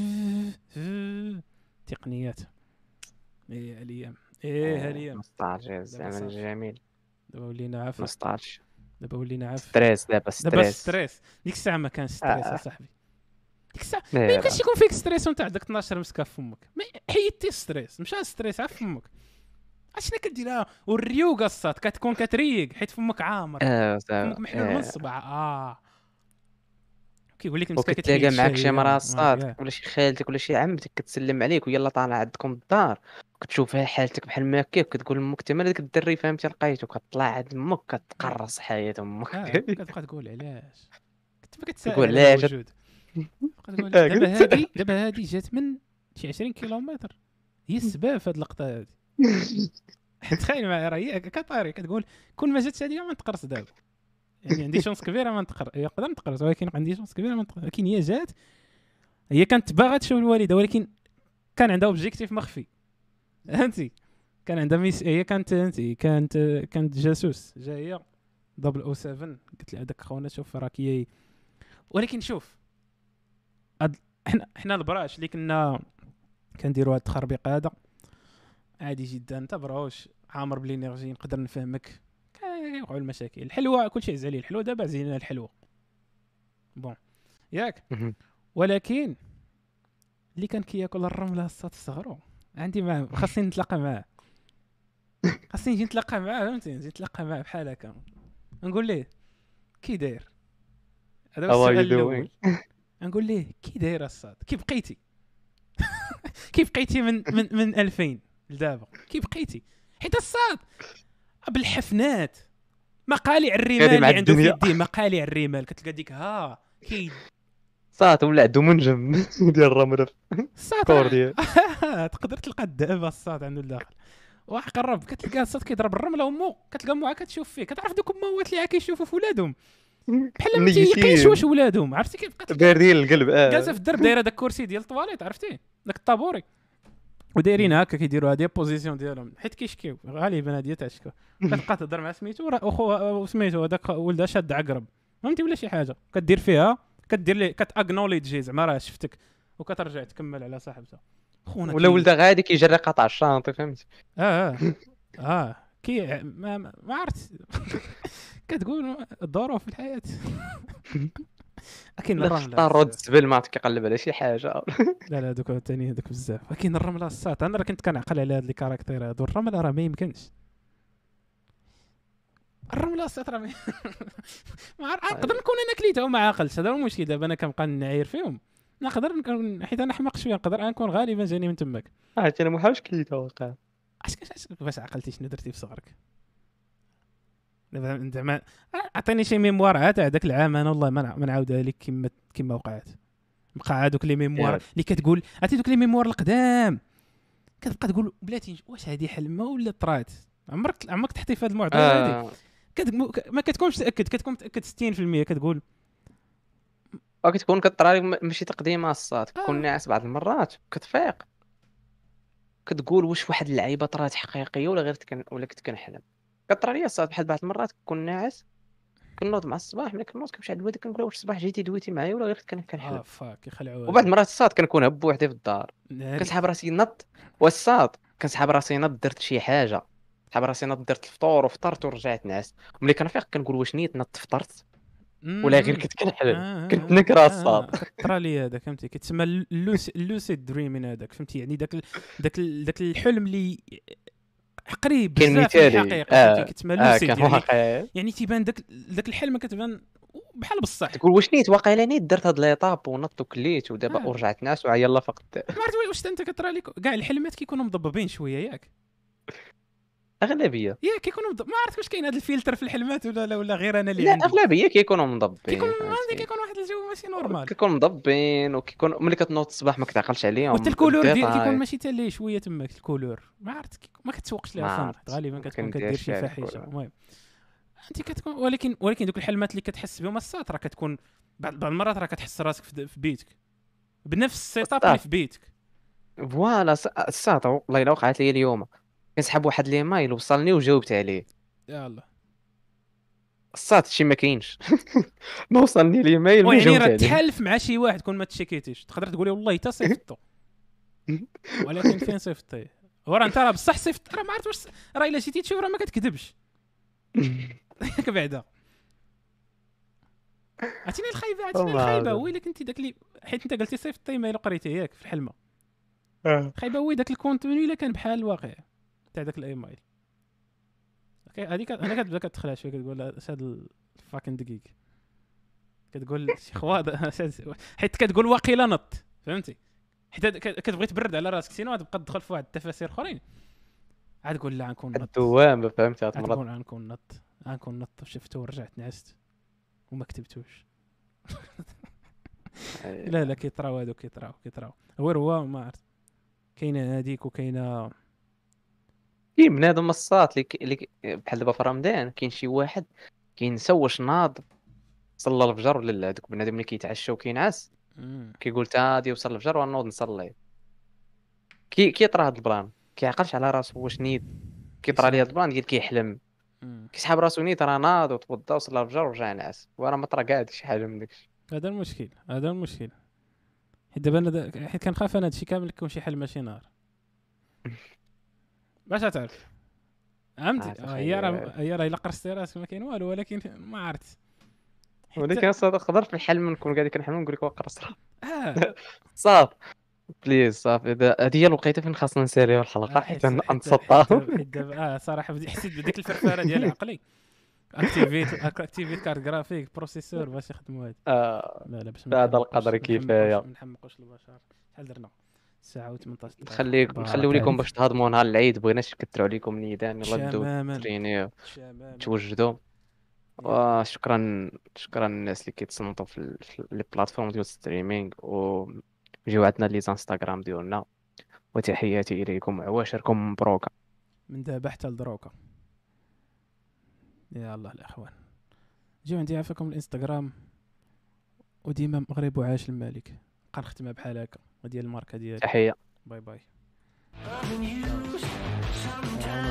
ديك تقنيات. ايه الايام ايه الايام. نوستالجيا الزمن صافي. الجميل. دابا ولينا عافا، نوستالجيا دابا ولينا عافا. ستريس دابا دابا ستريس. ستريس، ديك الساعه ما كانش ستريس آه. يا صاحبي. ديك الساعه لا ما لا. يمكنش يكون فيك ستريس وانت عندك اثناش مسكه في فمك، ما حيدتي ستريس مشى ستريس عا في فمك. اشنا كديرها والريوغ الصات كتكون كتريق حيت فمك عامر، اه فمك صافي. محلول من آه. الصبع. اه كيقول لك المسكه وكتلاقى كتحيد معاك شي الشهية مرا وما صاد كاع. ولا شي خالتك ولا شي عمتك كتسلم عليك ويلا طالع عندكم الدار كتشوفها حالتك بحال ما هكاك كتقول لامك انت مالك الدري فهمتي لقيتو كطلع عند امك كتقرص حياه امك. اه كتبقى تقول علاش كنت ما كتسائل تقول على علاش الوجود. تبقى تقول آه، دابا قلت. هادي دابا هادي جات من شي عشرين كيلومتر، هي السبب في هاد اللقطه هادي. تخيل معايا راه هي كطاري كتقول كون ما جاتش هادي ما نتقرص دابا، يعني عندي شونس كبيره ما نتقرص، يقدر نتقرص ولكن عندي شونس كبيره ما نتقرص. ولكن هي جات، هي كانت باغا تشوف الوالده ولكن كان عندها اوبجيكتيف مخفي، فهمتي. كان عندها ميس، هي كانت فهمتي كانت كانت جاسوس جايه دبل او سبعة. قلت لها هذاك خونا شوف راك هي. ولكن شوف أد... احنا احنا البراش اللي كنا كنديروا هاد التخربيق هذا عادي جدا، انت بروش عامر بالانرجي نقدر نفهمك، كيوقعوا المشاكل. الحلوه كلشي عز عليه الحلوه، دابا زينا الحلوه بون ياك. ولكن اللي كان كياكل الرمله الصات الصغرو عندي معاه خاصني نتلاقى معاه، خاصني نجي نتلاقى معاه فهمتي، نجي نتلاقى معاه بحال هكا نقول ليه كي داير. هذا هو السؤال الاول. نقول ليه كي داير الصاد، كي بقيتي كي بقيتي من من من ألفين لدابا كي بقيتي، حيت الصاد بالحفنات مقالع الرمال اللي عنده في يديه، مقالع الرمال كتلقى ديك ها كي صات ولا عنده منجم ديال الرمل الصاد ديال تقدر تلقى الدابه الصاد عنده الداخل وقرب كتلقى الصاد كيضرب الرمله ومو كتلقى امها كتشوف فيه، كتعرف دوك امهات اللي كيشوفوا في ولادهم بحال ما تيقينش واش ولادهم، عرفتي كيف بقات باردين القلب. اه جالسه في الدرب دايره داك الكرسي ديال الطواليت عرفتي داك الطابوري ودايرين هكا كيديروا هذه بوزيسيون ديالهم حيت كيشكيو غالبا هذه تاشكا. كتبقى تهضر مع سميتو اخو سميتو هذاك ولدها شاد عقرب فهمتي ولا شي حاجه كدير فيها كدير لي كتاكنوليجي زعما راه شفتك وكترجع تكمل على صاحبتها. خونا ولا كي ولده غادي كيجري قطع الشانطي فهمتي. اه اه اه كي ما, ما ما عرفت كتقول الظروف في الحياه. كاين لا الرمله خطا رد بزاف. الزبل ما عرفت كيقلب على شي حاجه. لا لا دوك ثاني هذوك بزاف. كاين الرمله الساط، انا راه كنت كنعقل على هاد لي كاركتير هادو. الرمله راه ما يمكنش الرمله الساط راه ما ما عرف- نقدر نكون انا كليتها وما عاقلش. هذا هو المشكل. دابا انا كنبقى نعاير فيهم. نقدر نكون حيت انا حماق شويه، نقدر نكون غالبا جاني من تماك. عرفتي انا محاولش كليتها واقع. اش كاش باش عقلتي شنو درتي في صغرك؟ دابا زعما عطيني شي ميموار عاد تاع داك العام، انا والله ما نع- ما نعاودها لك كيما كيما وقعت. بقى هذوك لي ميموار اللي كتقول عرفتي دوك لي ميموار القدام، كتبقى تقول بلاتي واش هذه حلمه ولا طرات. عمرك عمرك تحطي في هذه المعضله هذه؟ اه كت... ما كتكونش متاكد، كتكون متاكد ستين في المية. كتقول كتكون كطرى لك ماشي تقديمه الصاد، كتكون اه ناعس بعض المرات كتفيق كتقول واش واحد اللعيبه طرات حقيقيه ولا غير كن ولا كنت كنحلم. كطرى لي الصاد بحال بعض المرات كنكون ناعس كنوض مع الصباح، ملي كنوض كنمشي عند الوالد كنقول واش الصباح جيتي دويتي معايا ولا غير كنت اه كنحلم. فاك يخلعوا وبعض هذا المرات الصاد كنكون هب بوحدي في الدار ناري. كنسحب راسي نط والصاد كنسحب راسي نط درت شي حاجه، سحب راسي نط درت الفطور وفطرت ورجعت نعست. وملي كنفيق كنقول واش نيت نط فطرت ولا غير امم كنت اه كنحلم. كنت اه نكره اه الصاد. اه طرا لي هذا فهمتي. كيتسمى اللوس اللوسيد دريمين هذاك فهمتي. يعني داك ال... داك ال... داك الحلم اللي قريب كان بزاف من مثالي الحقيقه فهمتي. اه كيتسمى اه لوسيد كان يعني. واقعي. يعني تيبان داك داك الحلم كتبان بحال بصح. تقول واش نيت واقيلا نيت درت هاد ليطاب ونط وكليت ودابا اه ورجعت ناس وعا يلا فقط. ما عرفت واش انت كطرا لك كاع الحلمات كيكونوا مضببين شويه ياك اغلبيه ياك كيكونوا مض... ما عرفت واش كاين هذا الفلتر في الحلمات ولا لا ولا غير انا اللي لا عندي. اغلبيه كيكونوا كيكون مضبين عندي فهمتي. كيكون واحد الجو ماشي نورمال. كيكون مضبين وكيكون ملي كتنوض الصباح ما كتعقلش وحتى عليهم الكولور ديال كيكون الديتاي. ماشي حتى ليه شويه تماك الكولور. ما عرفت كيكون ما كتسوقش ليه ما اصلا. عرفت غالبا ما كتكون كدير كنديرش شي كاع فاحشه. الكل. المهم انت كتكون ولكن ولكن دوك الحلمات اللي كتحس بهم الساط راه كتكون بعض بعض المرات راه كتحس راسك في في بيتك بنفس السيت اب اللي بصح في بيتك. فوالا الساط والله الا وقعت لي اليوم كنسحب واحد ليمايل وصلني وجاوبت عليه. يلا الساط شي ما كاينش. ما وصلني ليمايل ما ويعني جاوبت راه عليه. تحالف مع شي واحد كون ما تشيكيتيش تقدر تقولي والله حتى صيفطو. ولكن فين صيفطيه؟ ورا انت راه بصح صيفط راه ما عرفت واش راه الا جيتي تشوف راه ما كتكذبش. ياك بعدا عرفتيني الخايبه عرفتيني والله الخايبه هو العظيم. الا كنتي داك اللي حيت انت قلتي صيفط ايميل وقريتيه ياك في الحلمه. آه. خايبه هو داك الكونتوني الا كان بحال الواقع تاع داك الايميل. اوكي هذيك انا كتبدا كتخلع شويه كتقول اش هاد الفاكين دقيق. كتقول شي خواد حيت كتقول واقيلا نط فهمتي. حيت ك- كتبغي تبرد على راسك سينو غتبقى تدخل في واحد التفاسير اخرين. عاد تقول لا غنكون نط. الدوام فهمتي هاد عاد المرات. تقول غنكون نط غنكون نط شفتو ورجعت نعست وما كتبتوش. لا لا كيطراو هادو كيطراو كيطراو هو هو ما عرفت. كاينه هذيك وكاينه كاين بنادم الصات اللي كي- اللي كي- بحال دابا في رمضان كاين شي واحد كينسى واش ناض صلى الفجر ولا لا. دوك بنادم اللي كيتعشى وكينعس مم. كيقول تا غادي يوصل الفجر ونوض نصلي. كي كيطرا هاد البلان كيعقلش على راسو واش نيت. كيطرا ليه هاد البلان ديال كيحلم مم. كيسحب راسو نيت راه ناض وتوضا وصلى الفجر ورجع نعس وراه ما طرا كاع داك شي حاجه من داكشي. هذا المشكل هذا المشكل. حيت دابا انا دا... حيت كنخاف انا هادشي كامل يكون شي حل ماشي نهار باش تعرف عمدي. آه آه، هي راه تخيل. هي راه الا قرصتي راسك ما كاين والو ولكن ما عرفت ولكن حتى الصاد نقدر في الحلم نكون قاعد كنحلم نقول لك واقع صح. اه صافي بليز صافي هذه هي الوقيته فين خاصنا نساليو الحلقه آه، حيت حيت حيت حيت نسطاو. دابا حيت دابا اه صراحه بدي حسيت بديك الفرفاره ديال عقلي. اكتيفيت اكتيفيت كارت جرافيك بروسيسور باش يخدموا هادي. آه، لا لا باش ما هذا نحمقوش القدر ما كفايه. نحمقوش ما نحمقوش البشر. شحال درنا ساعه و18 دقيقه. نخلي نخليو بارك لكم عليك باش تهضموا نهار العيد بغيناش نكثروا عليكم النيدان يلا بداو تماما ترينيو تماما. توجدوا. يلا وشكرا شكرا للناس اللي كيتصنتوا في ال- في لي بلاتفورم ديال الستريمينغ وجيو عندنا لي انستغرام ديالنا. وتحياتي اليكم عواشركم مبروكه. من دابا حتى لدروكا. يا الله الاخوان جيو عندي عافاكم الانستغرام وديما مغرب وعاش الملك. نبقى نختمها بحال هكا وديال الماركه ديالي. تحيه. باي باي.